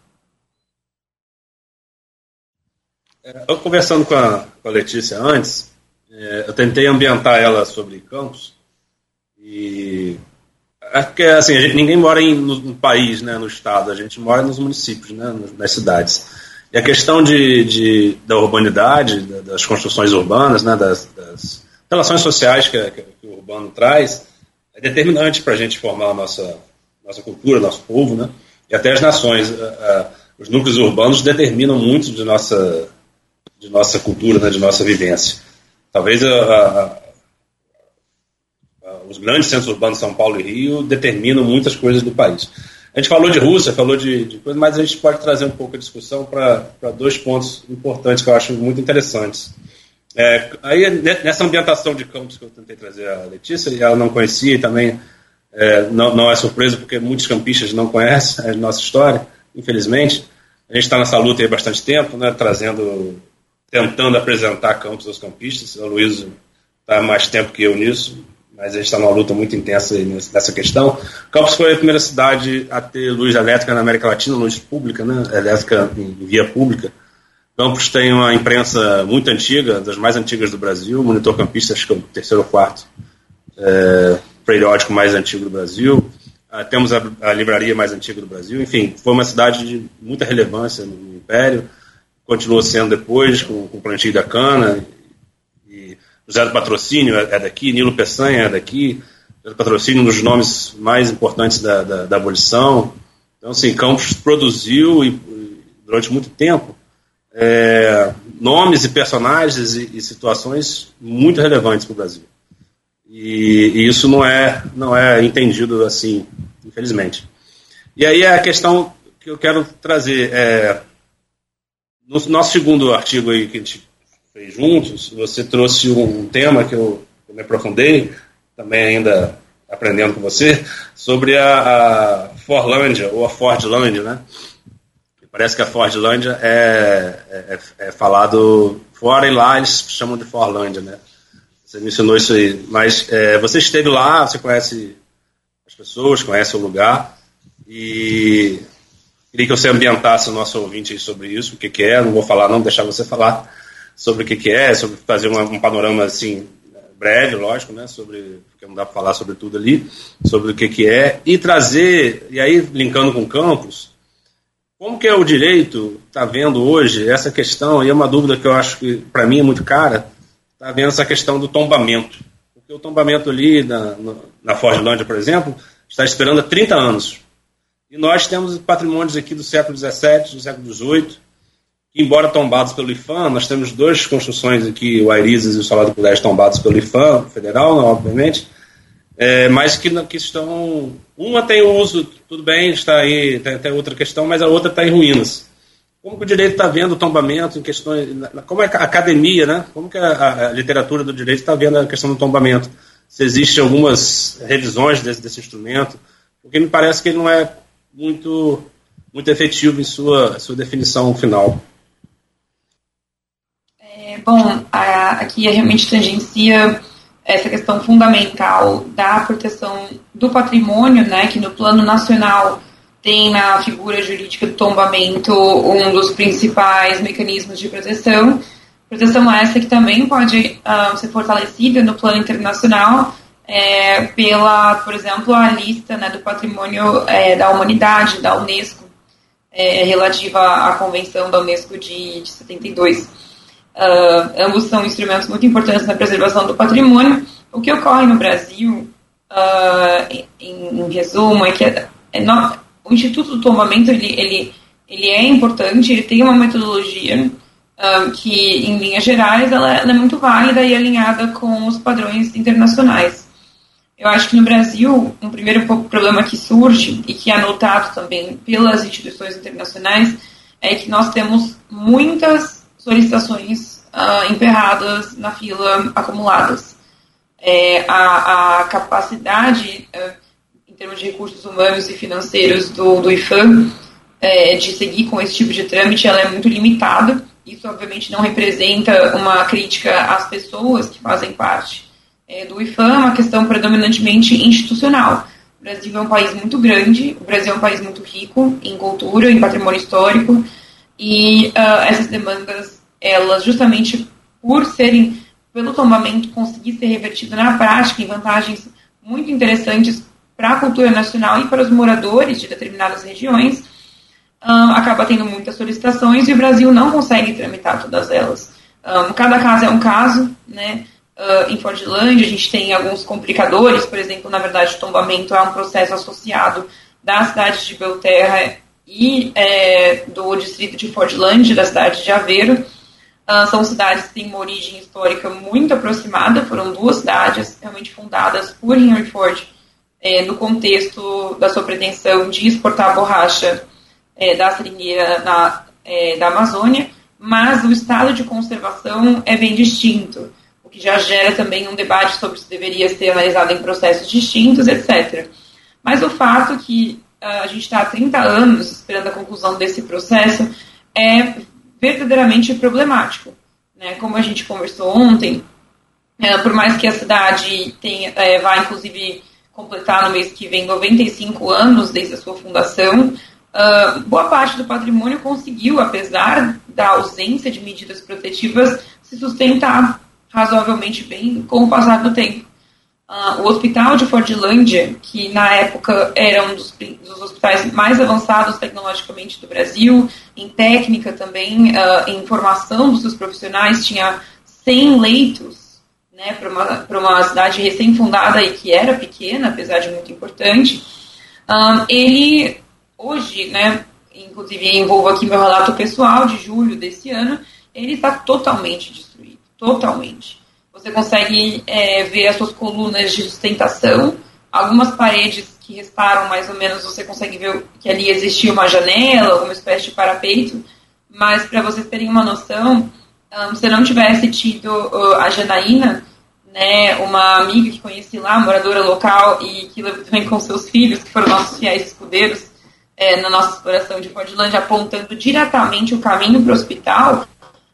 Eu conversando com a Letícia antes, eu tentei ambientar ela sobre campos, e porque assim, ninguém mora no país, né, no estado, a gente mora nos municípios, né, nas cidades. E a questão da urbanidade, das construções urbanas, né, das relações sociais que o urbano traz, é determinante para a gente formar a nossa cultura, nosso povo, né, e até as nações. Os núcleos urbanos determinam muito de nossa cultura, né, de nossa vivência. Talvez os grandes centros urbanos, São Paulo e Rio, determinam muitas coisas do país. A gente falou de Rússia, falou de coisas, mas a gente pode trazer um pouco a discussão para 2 pontos importantes que eu acho muito interessantes. Aí, nessa ambientação de campos que eu tentei trazer a Letícia, e ela não conhecia, e também não é surpresa, porque muitos campistas não conhecem a nossa história, infelizmente. A gente está nessa luta aí há bastante tempo, né, tentando apresentar campos aos campistas. O Luiz está há mais tempo que eu nisso, mas a gente está numa luta muito intensa aí nessa questão. Campos foi a primeira cidade a ter luz elétrica na América Latina, luz pública, né, elétrica em via pública. Campos tem uma imprensa muito antiga, das mais antigas do Brasil, o Monitor Campista, acho que é o 3º ou 4º periódico mais antigo do Brasil. Temos a livraria mais antiga do Brasil. Enfim, foi uma cidade de muita relevância no Império, continuou sendo depois, com o plantio da cana. E José do Patrocínio é daqui, Nilo Peçanha é daqui, José do Patrocínio, um dos nomes mais importantes da abolição. Então, assim, Campos produziu, e durante muito tempo, nomes e personagens e situações muito relevantes para o Brasil. E isso não é entendido assim, infelizmente. E aí a questão que eu quero trazer no nosso segundo artigo aí que a gente fez juntos, você trouxe um tema que eu me aprofundei, também ainda aprendendo com você, sobre a Forlândia, ou a Fordlândia, né? Parece que a Fordlândia é falado fora, e lá eles chamam de Forlândia, né? Você mencionou isso aí, mas você esteve lá, você conhece as pessoas, conhece o lugar, e queria que você ambientasse o nosso ouvinte aí sobre isso, o que é, não vou falar, não, deixar você falar sobre o que é, sobre fazer um panorama assim, breve, lógico, né, porque não dá para falar sobre tudo ali, sobre o que é, e trazer, e aí linkando com Campos, como que o direito está vendo hoje essa questão, e é uma dúvida que eu acho que para mim é muito cara, está vendo essa questão do tombamento. Porque o tombamento ali na Fordlândia, por exemplo, está esperando há 30 anos. E nós temos patrimônios aqui do século XVII, do século XVIII, que, embora tombados pelo IFAM, nós temos 2 construções aqui, o Airizes e o Solar do Colégio, tombados pelo IFAM federal, não, obviamente, mas que estão... Uma tem uso, tudo bem, está aí, tem outra questão, mas a outra está em ruínas. Como que o direito está vendo o tombamento em questões... Como é a academia, né? Como que a literatura do direito está vendo a questão do tombamento? Se existem algumas revisões desse instrumento, porque me parece que ele não é muito efetivo em sua definição final. Aqui realmente tangencia essa questão fundamental da proteção do patrimônio, né? Que no plano nacional tem na figura jurídica do tombamento um dos principais mecanismos de proteção. Proteção essa que também pode ser fortalecida no plano internacional pela, por exemplo, a lista, né, do patrimônio da humanidade, da Unesco, relativa à Convenção da Unesco de 72. Ambos são instrumentos muito importantes na preservação do patrimônio. O que ocorre no Brasil, em resumo, é que o Instituto do Tombamento ele é importante, ele tem uma metodologia que, em linhas gerais, ela é muito válida e alinhada com os padrões internacionais. Eu acho que no Brasil, um primeiro problema que surge, e que é notado também pelas instituições internacionais, é que nós temos muitas solicitações emperradas na fila, acumuladas. A capacidade... em termos de recursos humanos e financeiros do IFAM, de seguir com esse tipo de trâmite, ela é muito limitada. Isso, obviamente, não representa uma crítica às pessoas que fazem parte do IFAM, é uma questão predominantemente institucional. O Brasil é um país muito grande, o Brasil é um país muito rico em cultura, em patrimônio histórico, e essas demandas, elas, justamente por serem, pelo tombamento, conseguir ser revertido na prática em vantagens muito interessantes para a cultura nacional e para os moradores de determinadas regiões, acaba tendo muitas solicitações e o Brasil não consegue tramitar todas elas. Cada caso é um caso, né? Em Fordlândia a gente tem alguns complicadores, por exemplo, na verdade o tombamento é um processo associado da cidade de Belterra e do distrito de Fordlândia, da cidade de Aveiro. São cidades que têm uma origem histórica muito aproximada, foram 2 cidades realmente fundadas por Henry Ford no contexto da sua pretensão de exportar borracha da seringueira da Amazônia, mas o estado de conservação é bem distinto, o que já gera também um debate sobre se deveria ser analisado em processos distintos, etc. Mas o fato que a gente está há 30 anos esperando a conclusão desse processo é verdadeiramente problemático, né? Como a gente conversou ontem, por mais que a cidade vá inclusive completar no mês que vem 95 anos desde a sua fundação, boa parte do patrimônio conseguiu, apesar da ausência de medidas protetivas, se sustentar razoavelmente bem com o passar do tempo. O hospital de Fordlândia, que na época era um dos hospitais mais avançados tecnologicamente do Brasil, em técnica também, em formação dos seus profissionais, tinha 100 leitos, né, para uma cidade recém-fundada e que era pequena, apesar de muito importante. Ele, hoje, né, inclusive envolvo aqui meu relato pessoal de julho desse ano, ele está totalmente destruído, totalmente. Você consegue ver as suas colunas de sustentação, algumas paredes que restaram mais ou menos, você consegue ver que ali existia uma janela, alguma espécie de parapeito, mas para vocês terem uma noção, se não tivesse tido a Janaína, né, uma amiga que conheci lá, moradora local, e que levou também com seus filhos, que foram nossos fiéis escudeiros na nossa exploração de Fordlândia, apontando diretamente o caminho para o hospital,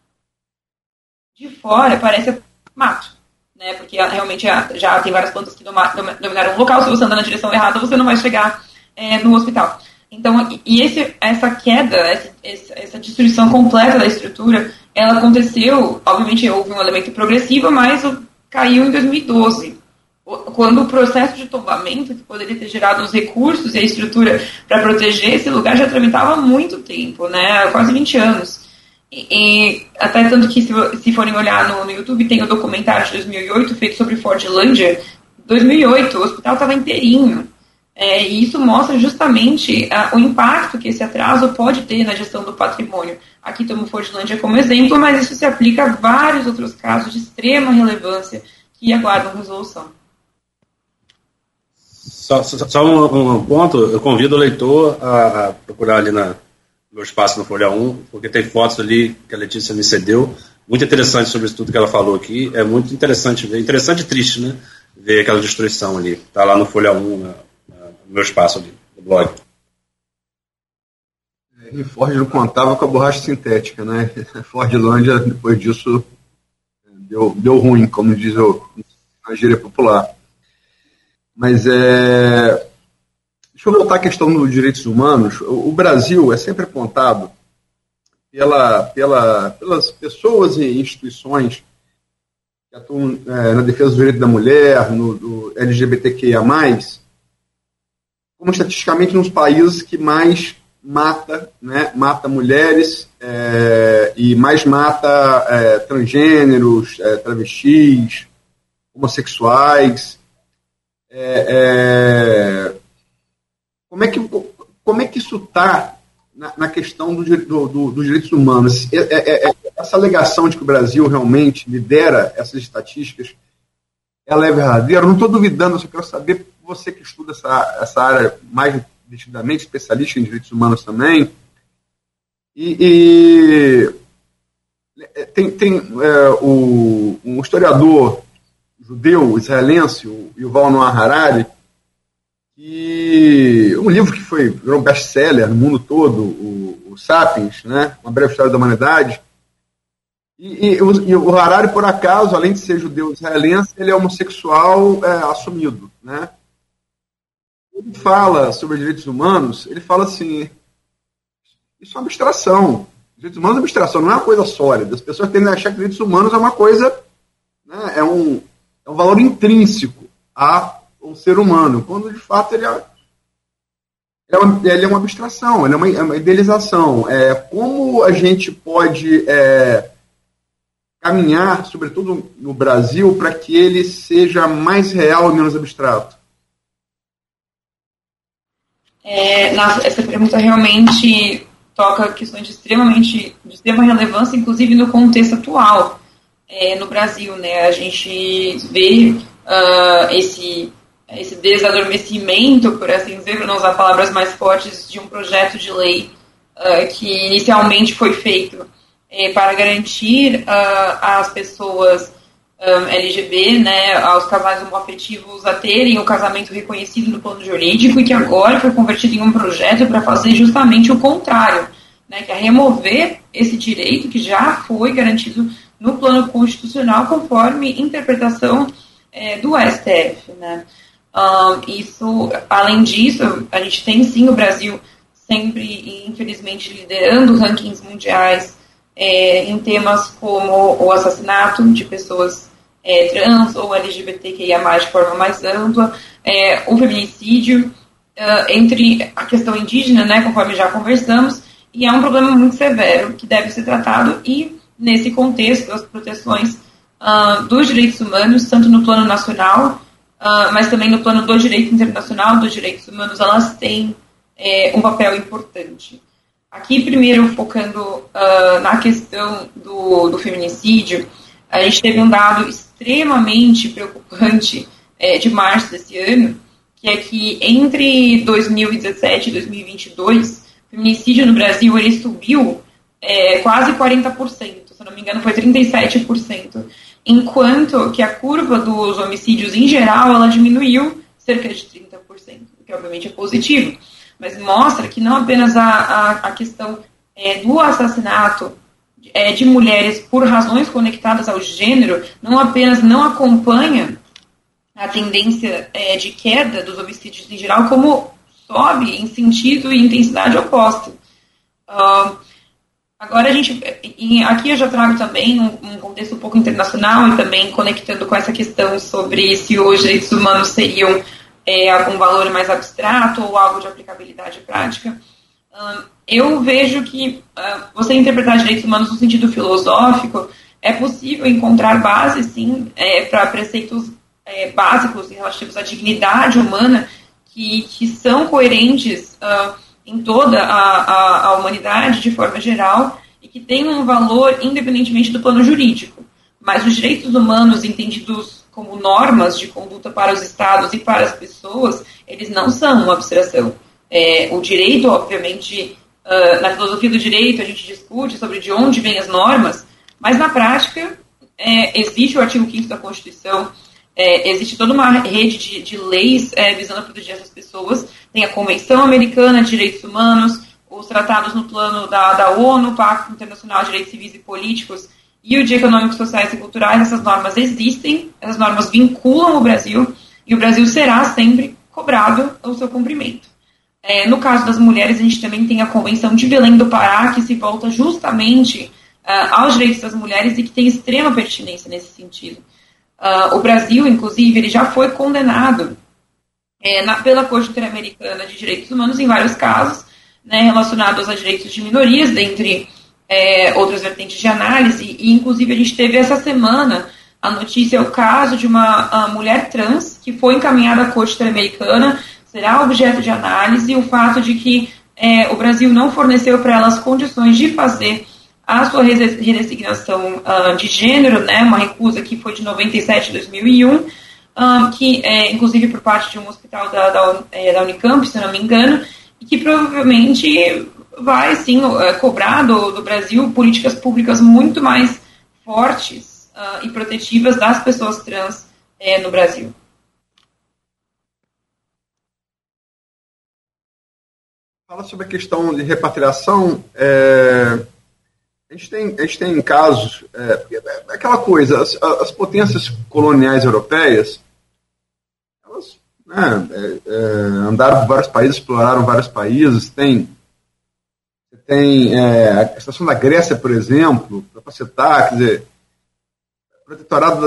de fora parece mato, né? Porque realmente já tem várias plantas que dominaram o local. Se você andar na direção errada, você não vai chegar no hospital. Então, essa queda, essa destruição completa da estrutura, ela aconteceu, obviamente houve um elemento progressivo, mas caiu em 2012, quando o processo de tombamento, que poderia ter gerado os recursos e a estrutura para proteger esse lugar, já tramitava há muito tempo, né? Há quase 20 anos. E até tanto que, se forem olhar no YouTube, tem o documentário de 2008 feito sobre Fordlândia. 2008, o hospital estava inteirinho. E isso mostra justamente o impacto que esse atraso pode ter na gestão do patrimônio. Aqui tomo Fordlândia como exemplo, mas isso se aplica a vários outros casos de extrema relevância que aguardam resolução. Só um ponto, eu convido o leitor a procurar ali no meu espaço no Folha 1, porque tem fotos ali que a Letícia me cedeu, muito interessante sobre isso tudo que ela falou aqui. É muito interessante ver, interessante e triste, né? Ver aquela destruição ali. Está lá no Folha 1, no meu espaço ali, no blog. E Ford não contava com a borracha sintética, né? Fordlândia, depois disso, deu ruim, como diz a gíria popular. Mas deixa eu voltar à questão dos direitos humanos. O Brasil é sempre apontado pelas pessoas e instituições que atuam na defesa dos direitos da mulher, do LGBTQIA+, como estatisticamente nos países que mais mata mulheres e mais mata transgêneros, travestis, homossexuais. Como é que isso está na questão dos direitos humanos? Essa alegação de que o Brasil realmente lidera essas estatísticas, ela é verdadeira? Eu não estou duvidando, eu só quero saber, você que estuda essa área mais detidamente, especialista em direitos humanos também, tem um historiador judeu, israelense, o Yuval Noah Harari, e um livro que virou um best-seller no mundo todo, o Sapiens, né? Uma breve história da humanidade. E o Harari, por acaso, além de ser judeu israelense, ele é homossexual assumido, né? Ele fala sobre direitos humanos, ele fala assim, isso é uma abstração. Direitos humanos é uma abstração, não é uma coisa sólida. As pessoas tendem a achar que direitos humanos é uma coisa, né, é um valor intrínseco a um ser humano, quando de fato ele é uma abstração, ele é uma idealização. Como a gente pode caminhar, sobretudo no Brasil, para que ele seja mais real e menos abstrato? Essa pergunta realmente toca questões de extrema relevância, inclusive no contexto atual no Brasil, né? A gente vê esse desadormecimento, por assim dizer, para não usar palavras mais fortes, de um projeto de lei que inicialmente foi feito para garantir às pessoas LGB, né, aos casais homoafetivos a terem o casamento reconhecido no plano jurídico, e que agora foi convertido em um projeto para fazer justamente o contrário, né, que é remover esse direito que já foi garantido no plano constitucional conforme interpretação do STF, né. Além disso, a gente tem sim o Brasil sempre, infelizmente, liderando rankings mundiais em temas como o assassinato de pessoas trans ou LGBTQIA+, de forma mais ampla, o feminicídio, entre a questão indígena, né, conforme já conversamos, e é um problema muito severo que deve ser tratado, e nesse contexto as proteções dos direitos humanos, tanto no plano nacional, mas também no plano do direito internacional, dos direitos humanos, elas têm um papel importante. Aqui, primeiro, focando na questão do feminicídio, a gente teve um dado extremamente preocupante de março desse ano, que é que entre 2017 e 2022, o feminicídio no Brasil ele subiu quase 40%, se não me engano foi 37%, enquanto que a curva dos homicídios em geral ela diminuiu cerca de 30%, o que obviamente é positivo, mas mostra que não apenas a questão do assassinato de mulheres por razões conectadas ao gênero, não apenas não acompanha a tendência de queda dos homicídios em geral, como sobe em sentido e intensidade oposta. Agora aqui eu já trago também um contexto um pouco internacional e também conectando com essa questão sobre se os direitos humanos seriam algum valor mais abstrato ou algo de aplicabilidade prática. Eu vejo que você interpretar direitos humanos no sentido filosófico é possível encontrar base, sim, para preceitos básicos relativos à dignidade humana que são coerentes em toda a humanidade de forma geral e que têm um valor independentemente do plano jurídico. Mas os direitos humanos entendidos como normas de conduta para os estados e para as pessoas, eles não são uma abstração. O direito, obviamente, na filosofia do direito a gente discute sobre de onde vêm as normas, mas na prática existe o artigo 5º da Constituição, existe toda uma rede de leis visando a proteger essas pessoas, tem a Convenção Americana de Direitos Humanos, os tratados no plano da ONU, o Pacto Internacional de Direitos Civis e Políticos e o de Econômicos, Sociais e Culturais. Essas normas existem, essas normas vinculam o Brasil e o Brasil será sempre cobrado o seu cumprimento. No caso das mulheres, a gente também tem a Convenção de Belém do Pará, que se volta justamente aos direitos das mulheres e que tem extrema pertinência nesse sentido. O Brasil, inclusive, ele já foi condenado pela Corte Interamericana de Direitos Humanos em vários casos, né, relacionados a direitos de minorias, dentre outras vertentes de análise, e inclusive a gente teve essa semana a notícia, o caso de uma mulher trans que foi encaminhada à Corte Interamericana, será objeto de análise, o fato de que o Brasil não forneceu para elas condições de fazer a sua redesignação de gênero, né, uma recusa que foi de 97 a 2001, que inclusive por parte de um hospital da Unicamp, se não me engano, e que provavelmente vai, sim, cobrar do Brasil políticas públicas muito mais fortes e protetivas das pessoas trans no Brasil. Fala sobre a questão de repatriação. A gente tem casos, aquela coisa, as potências coloniais europeias, elas andaram por vários países, exploraram vários países, tem a situação da Grécia, por exemplo, para citar, quer dizer, protetorado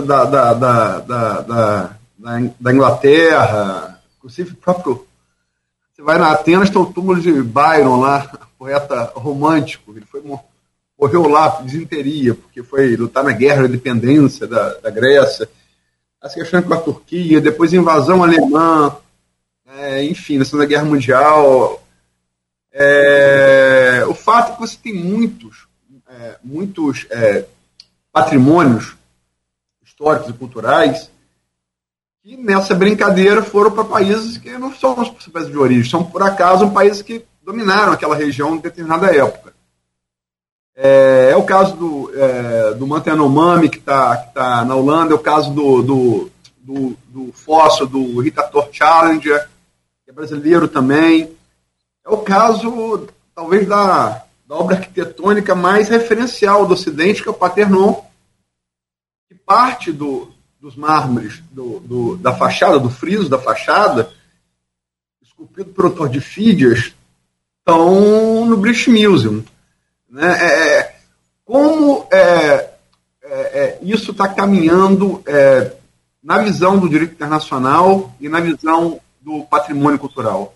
da Inglaterra, inclusive próprio. Você vai na Atenas, tem o túmulo de Byron lá, poeta romântico, ele morreu lá por desinteria, porque foi lutar na guerra da independência da Grécia, essa questão com a Turquia, depois invasão alemã, enfim, na Segunda Guerra Mundial. O fato é que você tem muitos patrimônios históricos e culturais que nessa brincadeira foram para países que não são os países de origem, são por acaso países que dominaram aquela região em determinada época. É o caso do Manta Yanomami, que tá na Holanda, é o caso do fóssil do Ritator Challenger, que é brasileiro também. É o caso, talvez, da obra arquitetônica mais referencial do Ocidente, que é o Parthenon, que parte dos mármores da fachada, do friso da fachada, esculpido por autor de Fídias, estão no British Museum. Né? Como isso está caminhando na visão do direito internacional e na visão do patrimônio cultural?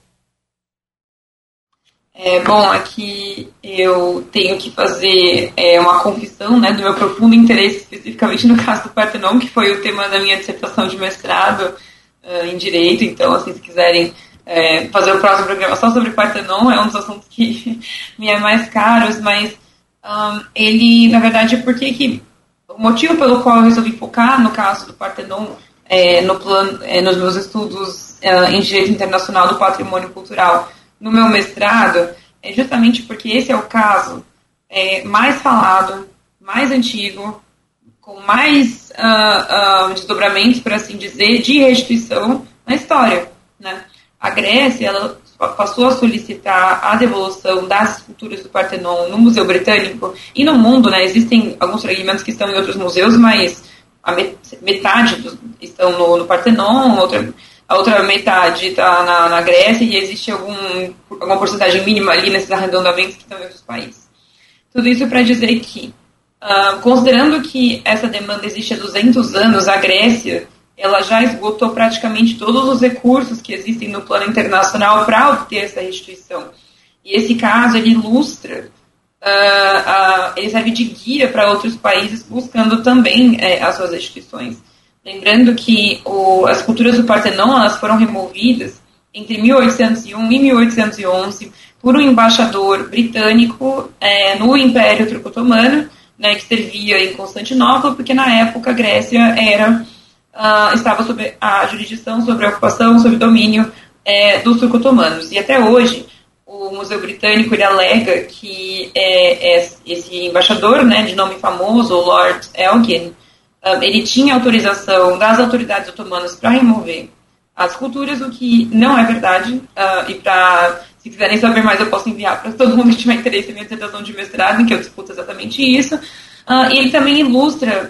Bom, aqui eu tenho que fazer uma confissão, né, do meu profundo interesse especificamente no caso do Parthenon, que foi o tema da minha dissertação de mestrado em Direito. Então, assim, se quiserem fazer o próximo programa só sobre Parthenon, é um dos assuntos que me é mais caros, mas ele, na verdade, o motivo pelo qual eu resolvi focar no caso do Parthenon nos meus estudos em Direito Internacional do Patrimônio Cultural no meu mestrado, é justamente porque esse é o caso mais falado, mais antigo, com mais desdobramentos, por assim dizer, de restituição na história. Né? A Grécia, ela passou a solicitar a devolução das esculturas do Parthenon no Museu Britânico e no mundo. Né? Existem alguns fragmentos que estão em outros museus, mas a metade estão no Parthenon, a outra metade está na Grécia, e existe alguma porcentagem mínima ali nesses arredondamentos que estão em outros países. Tudo isso para dizer que, considerando que essa demanda existe há 200 anos, a Grécia ela já esgotou praticamente todos os recursos que existem no plano internacional para obter essa restituição. E esse caso, ele ilustra, ele serve de guia para outros países buscando também as suas restituições. Lembrando que as esculturas do Parthenon elas foram removidas entre 1801 e 1811 por um embaixador britânico no Império Turco-Otomano, né, que servia em Constantinopla, porque na época a Grécia estava sob a jurisdição, sobre a ocupação, sob o domínio dos turco-otomanos. E até hoje, o Museu Britânico ele alega que esse embaixador, né, de nome famoso, o Lord Elgin, ele tinha autorização das autoridades otomanas para remover as esculturas, o que não é verdade. Se quiserem saber mais, eu posso enviar para todo mundo que tiver interesse em minha dissertação de mestrado, em que eu discuto exatamente isso. E ele também ilustra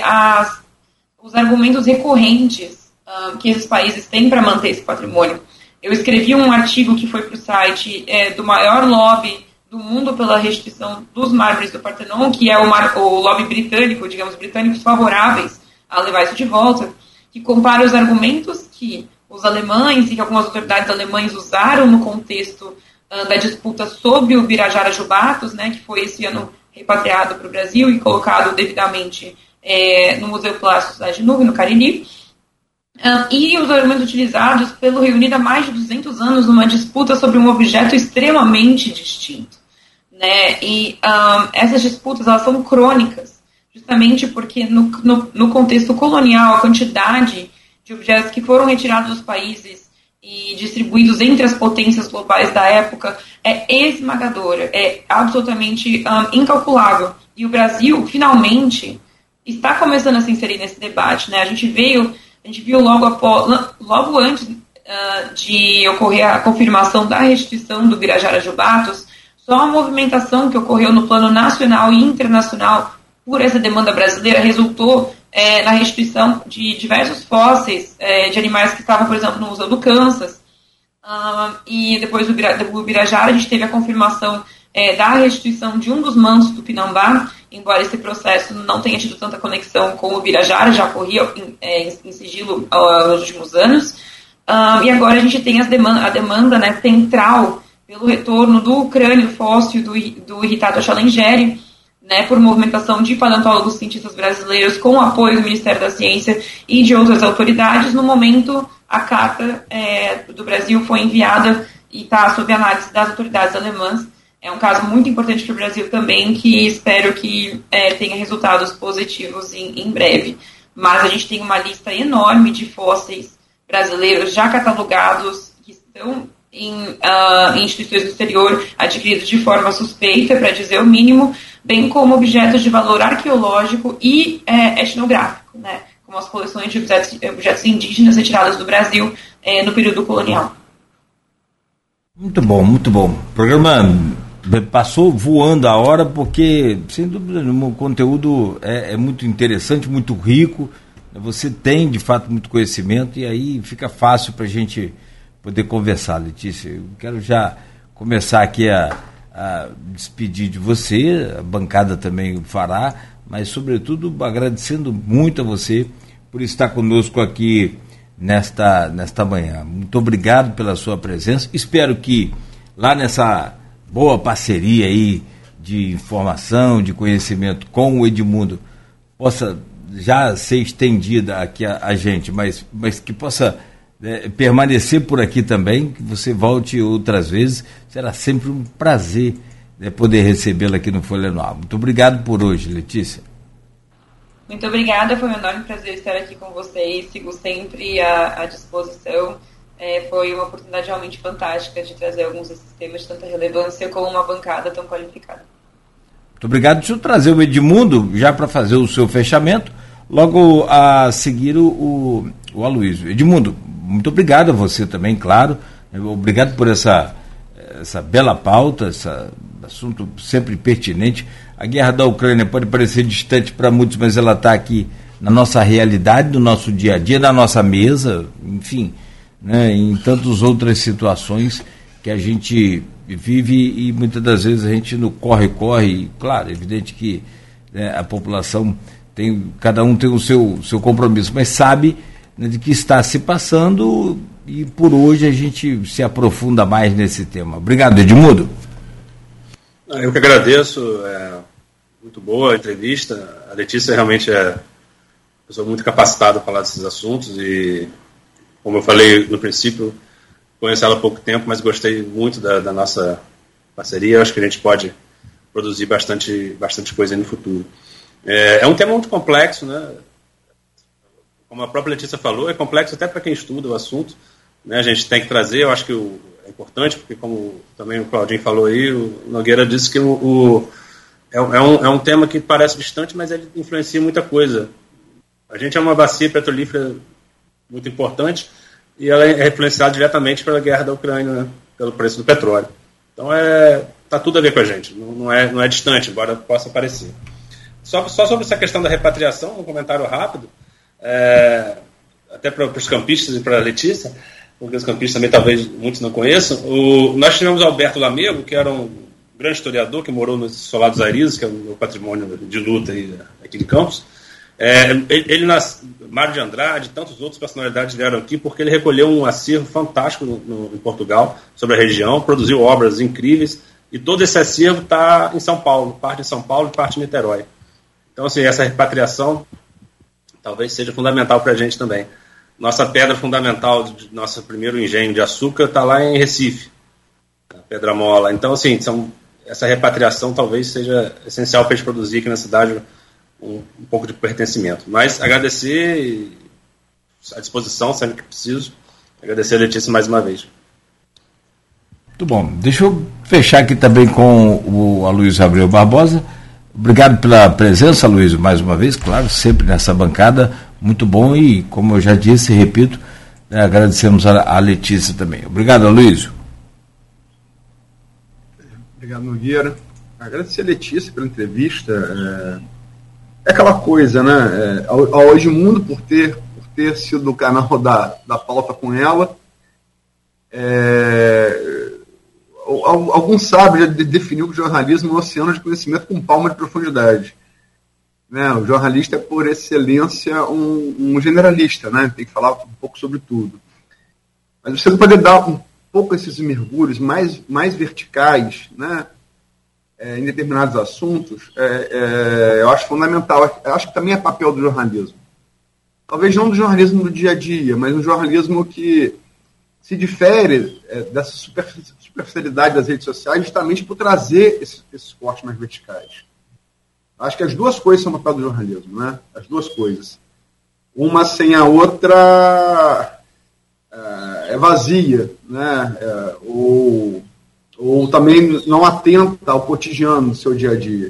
os argumentos recorrentes que esses países têm para manter esse patrimônio. Eu escrevi um artigo que foi para o site do maior lobby do mundo pela restituição dos mármores do Parthenon, que é o lobby britânico, digamos, britânicos favoráveis a levar isso de volta, que compara os argumentos que os alemães e que algumas autoridades alemães usaram no contexto da disputa sobre o Birajara Jubatos, né, que foi esse ano repatriado para o Brasil e colocado devidamente no Museu Plástico Cidade de Nube, no Cariri, e os argumentos utilizados pelo Reino Unido há mais de 200 anos numa disputa sobre um objeto extremamente distinto. Né? E essas disputas elas são crônicas, justamente porque no contexto colonial a quantidade de objetos que foram retirados dos países e distribuídos entre as potências globais da época é esmagadora, é absolutamente incalculável. E o Brasil, finalmente, está começando a se inserir nesse debate. Né? A gente viu logo antes de ocorrer a confirmação da restituição do Birajara Jubatos, só a movimentação que ocorreu no plano nacional e internacional por essa demanda brasileira resultou na restituição de diversos fósseis de animais que estavam, por exemplo, no Museu do Kansas. E depois do Birajara, a gente teve a confirmação da restituição de um dos mantos do Pinambá, embora esse processo não tenha tido tanta conexão com o Birajara, já ocorria em sigilo nos últimos anos. E agora a gente tem a demanda, né, central pelo retorno do crânio fóssil do Ritator Challenger, né, por movimentação de paleontólogos cientistas brasileiros com o apoio do Ministério da Ciência e de outras autoridades. No momento, a carta do Brasil foi enviada e está sob análise das autoridades alemãs. É um caso muito importante para o Brasil também, que espero que tenha resultados positivos em breve. Mas a gente tem uma lista enorme de fósseis brasileiros já catalogados, que estão em instituições do exterior, adquiridos de forma suspeita, para dizer o mínimo, bem como objetos de valor arqueológico e etnográfico, né, como as coleções de objetos indígenas retirados do Brasil no período colonial. Muito bom, muito bom. O programa passou voando a hora, porque, sem dúvida nenhuma, o conteúdo é muito interessante, muito rico. Você tem, de fato, muito conhecimento, e aí fica fácil para a gente poder conversar, Letícia. Eu quero já começar aqui a despedir de você, a bancada também o fará, mas, sobretudo, agradecendo muito a você por estar conosco aqui nesta manhã. Muito obrigado pela sua presença. Espero que lá nessa boa parceria aí de informação, de conhecimento com o Edmundo, possa já ser estendida aqui a gente, mas que possa permanecer por aqui também, que você volte outras vezes. Será sempre um prazer poder recebê-la aqui no Folha no Ar. Muito obrigado por hoje, Letícia. Muito obrigada, foi um enorme prazer estar aqui com vocês, sigo sempre à disposição. Foi uma oportunidade realmente fantástica de trazer alguns desses temas de tanta relevância com uma bancada tão qualificada. Muito obrigado. Deixa eu trazer o Edmundo já para fazer o seu fechamento, logo a seguir o Aloysio. Edmundo, muito obrigado a você também, claro. Obrigado por essa bela pauta, esse assunto sempre pertinente. A guerra da Ucrânia pode parecer distante para muitos, mas ela está aqui na nossa realidade, no nosso dia a dia, na nossa mesa, enfim, né, em tantas outras situações que a gente vive, e muitas das vezes a gente no corre-corre. Claro, é evidente que a população cada um tem o seu compromisso, mas sabe, né, de que está se passando, e por hoje a gente se aprofunda mais nesse tema. Obrigado, Edmundo. Eu que agradeço, muito boa a entrevista. A Letícia realmente é uma pessoa muito capacitada para falar desses assuntos, e, como eu falei no princípio, conheço ela há pouco tempo, mas gostei muito da nossa parceria. Acho que a gente pode produzir bastante coisa no futuro. É um tema muito complexo, né? Como a própria Letícia falou, é complexo até para quem estuda o assunto, né? A gente tem que trazer, eu acho que é importante, porque, como também o Claudinho falou aí, o Nogueira disse que é um tema que parece distante, mas ele influencia muita coisa. A gente é uma bacia petrolífera muito importante, e ela é influenciada diretamente pela guerra da Ucrânia, né? Pelo preço do petróleo. Então tá tudo a ver com a gente, não é distante, embora possa parecer. Só sobre essa questão da repatriação, um comentário rápido, até para os campistas e para a Letícia, porque os campistas também talvez muitos não conheçam. Nós tivemos Alberto Lamego, que era um grande historiador, que morou no Solar dos Arizes, que é o meu patrimônio de luta aí, aqui de Campos. Mário de Andrade, tantas outras personalidades vieram aqui porque ele recolheu um acervo fantástico em Portugal sobre a região, produziu obras incríveis, e todo esse acervo está em São Paulo, parte em São Paulo e parte em Niterói. Então, assim, essa repatriação talvez seja fundamental para a gente também. Nossa pedra fundamental do nosso primeiro engenho de açúcar está lá em Recife, a Pedra Mola. Então, assim, essa repatriação talvez seja essencial para a gente produzir aqui na cidade um pouco de pertencimento. Mas agradecer, à disposição sempre que preciso. Agradecer a Letícia mais uma vez. Muito bom. Deixa eu fechar aqui também com o Aloysio Abreu Barbosa. Obrigado pela presença, Aloysio, mais uma vez, claro, sempre nessa bancada. Muito bom, e, como eu já disse e repito, agradecemos a Letícia também. Obrigado, Aloysio. Obrigado, Nogueira. Agradecer a Letícia pela entrevista. É aquela coisa, né? Ao Edmundo, por ter sido do canal da pauta com ela. Alguns sabem, já definiu que o jornalismo é um oceano de conhecimento com palma de profundidade. Né? O jornalista é, por excelência, um generalista, né? Tem que falar um pouco sobre tudo. Mas você poder dar um pouco esses mergulhos mais verticais, né? Em determinados assuntos, eu acho fundamental. Eu acho que também é papel do jornalismo. Talvez não do jornalismo do dia a dia, mas um jornalismo que se difere dessa superficialidade das redes sociais justamente por trazer esses cortes mais verticais. Acho que as duas coisas são o papel do jornalismo, né? As duas coisas. Uma sem a outra é vazia, né? Ou também não atenta ao cotidiano do seu dia a dia.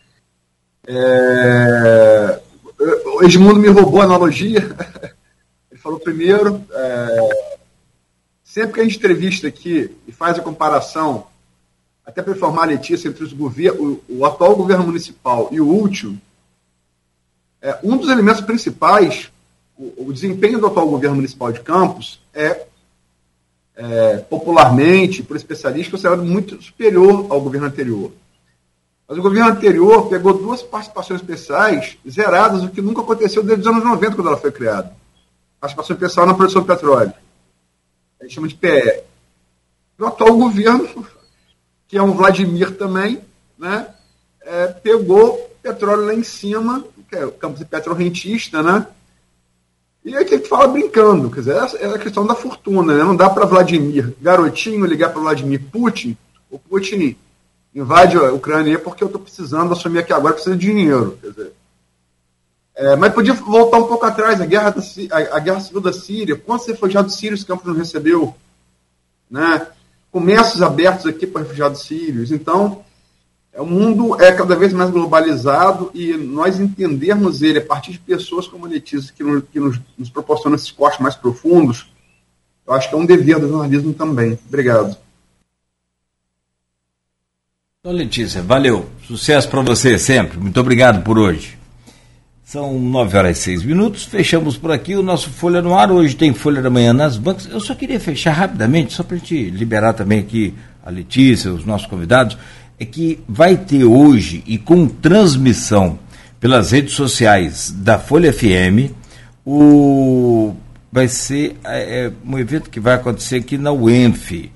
O Edmundo me roubou a analogia. Ele falou primeiro, sempre que a gente entrevista aqui e faz a comparação, até para informar a Letícia, entre o atual governo municipal e o último, um dos elementos principais, o desempenho do atual governo municipal de Campos popularmente, por especialistas, considerado muito superior ao governo anterior. Mas o governo anterior pegou 2 participações especiais zeradas, o que nunca aconteceu desde os anos 90, quando ela foi criada. Participação especial na produção de petróleo. A gente chama de PR. O atual governo, que é um Vladimir também, né, pegou petróleo lá em cima, que é o Campos de petrorrentista, né? E aí tem que falar brincando, quer dizer, é a questão da fortuna, né? Não dá para Vladimir garotinho ligar para Vladimir Putin, o Putin invade a Ucrânia porque eu estou precisando assumir aqui agora, preciso de dinheiro, quer dizer. Mas podia voltar um pouco atrás, a guerra civil da Síria, quantos refugiados sírios Campos não recebeu? Né? Comércios abertos aqui para refugiados sírios. Então, o mundo é cada vez mais globalizado e nós entendermos ele a partir de pessoas como a Letícia, que nos proporciona esses cortes mais profundos, eu acho que é um dever do jornalismo também. Obrigado. Então, Letícia, valeu. Sucesso para você sempre. Muito obrigado por hoje. São 9h06. Fechamos por aqui o nosso Folha no Ar. Hoje tem Folha da Manhã nas bancas. Eu só queria fechar rapidamente, só para a gente liberar também aqui a Letícia, os nossos convidados, é que vai ter hoje, e com transmissão pelas redes sociais da Folha FM, vai ser um evento que vai acontecer aqui na UENF,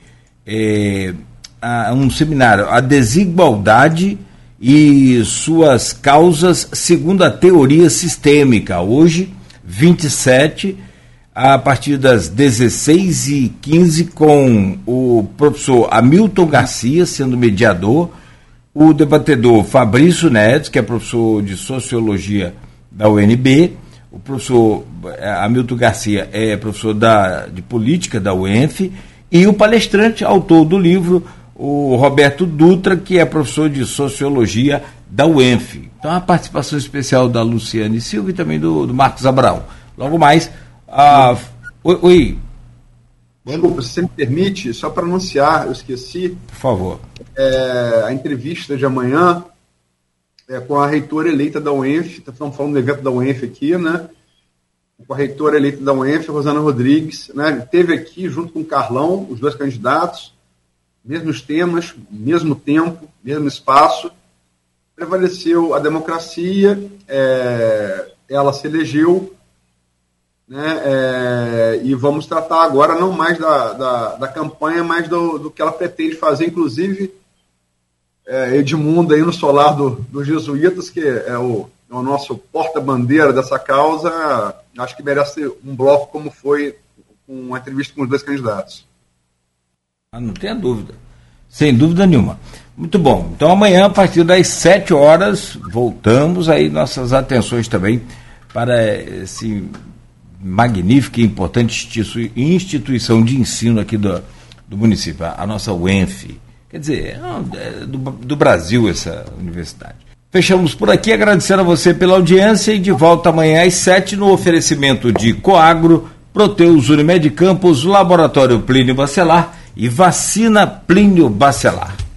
um seminário, A Desigualdade e Suas Causas segundo a Teoria Sistêmica, hoje, 27, a partir das 16h15, com o professor Hamilton Garcia sendo mediador, o debatedor Fabrício Neves, que é professor de Sociologia da UNB, o professor Hamilton Garcia é professor de Política da UENF, e o palestrante, autor do livro, o Roberto Dutra, que é professor de Sociologia da UENF. Então, a participação especial da Luciane Silva e também do Marcos Abraão. Logo mais... Oi. Desculpa, se você me permite, só para anunciar, eu esqueci. Por favor. A entrevista de amanhã com a reitora eleita da UENF, estamos falando do evento da UENF aqui, né? Com a reitora eleita da UENF, Rosana Rodrigues, né? Teve aqui, junto com o Carlão, os 2 candidatos, mesmos temas, mesmo tempo, mesmo espaço. Prevaleceu a democracia, ela se elegeu, né, e vamos tratar agora não mais da campanha, mas do que ela pretende fazer, inclusive Edmundo aí no solar dos jesuítas, que é o nosso porta-bandeira dessa causa, acho que merece um bloco como foi uma entrevista com os 2 candidatos. Não tenha dúvida, sem dúvida nenhuma. Muito bom, então amanhã a partir das 7 horas voltamos aí nossas atenções também para esse magnífica e importante instituição de ensino aqui do município, a nossa UENF. Quer dizer, do Brasil essa universidade. Fechamos por aqui, agradecendo a você pela audiência e de volta amanhã às 7 no oferecimento de Coagro, Proteus Unimed Campos, Laboratório Plínio Bacelar e Vacina Plínio Bacelar.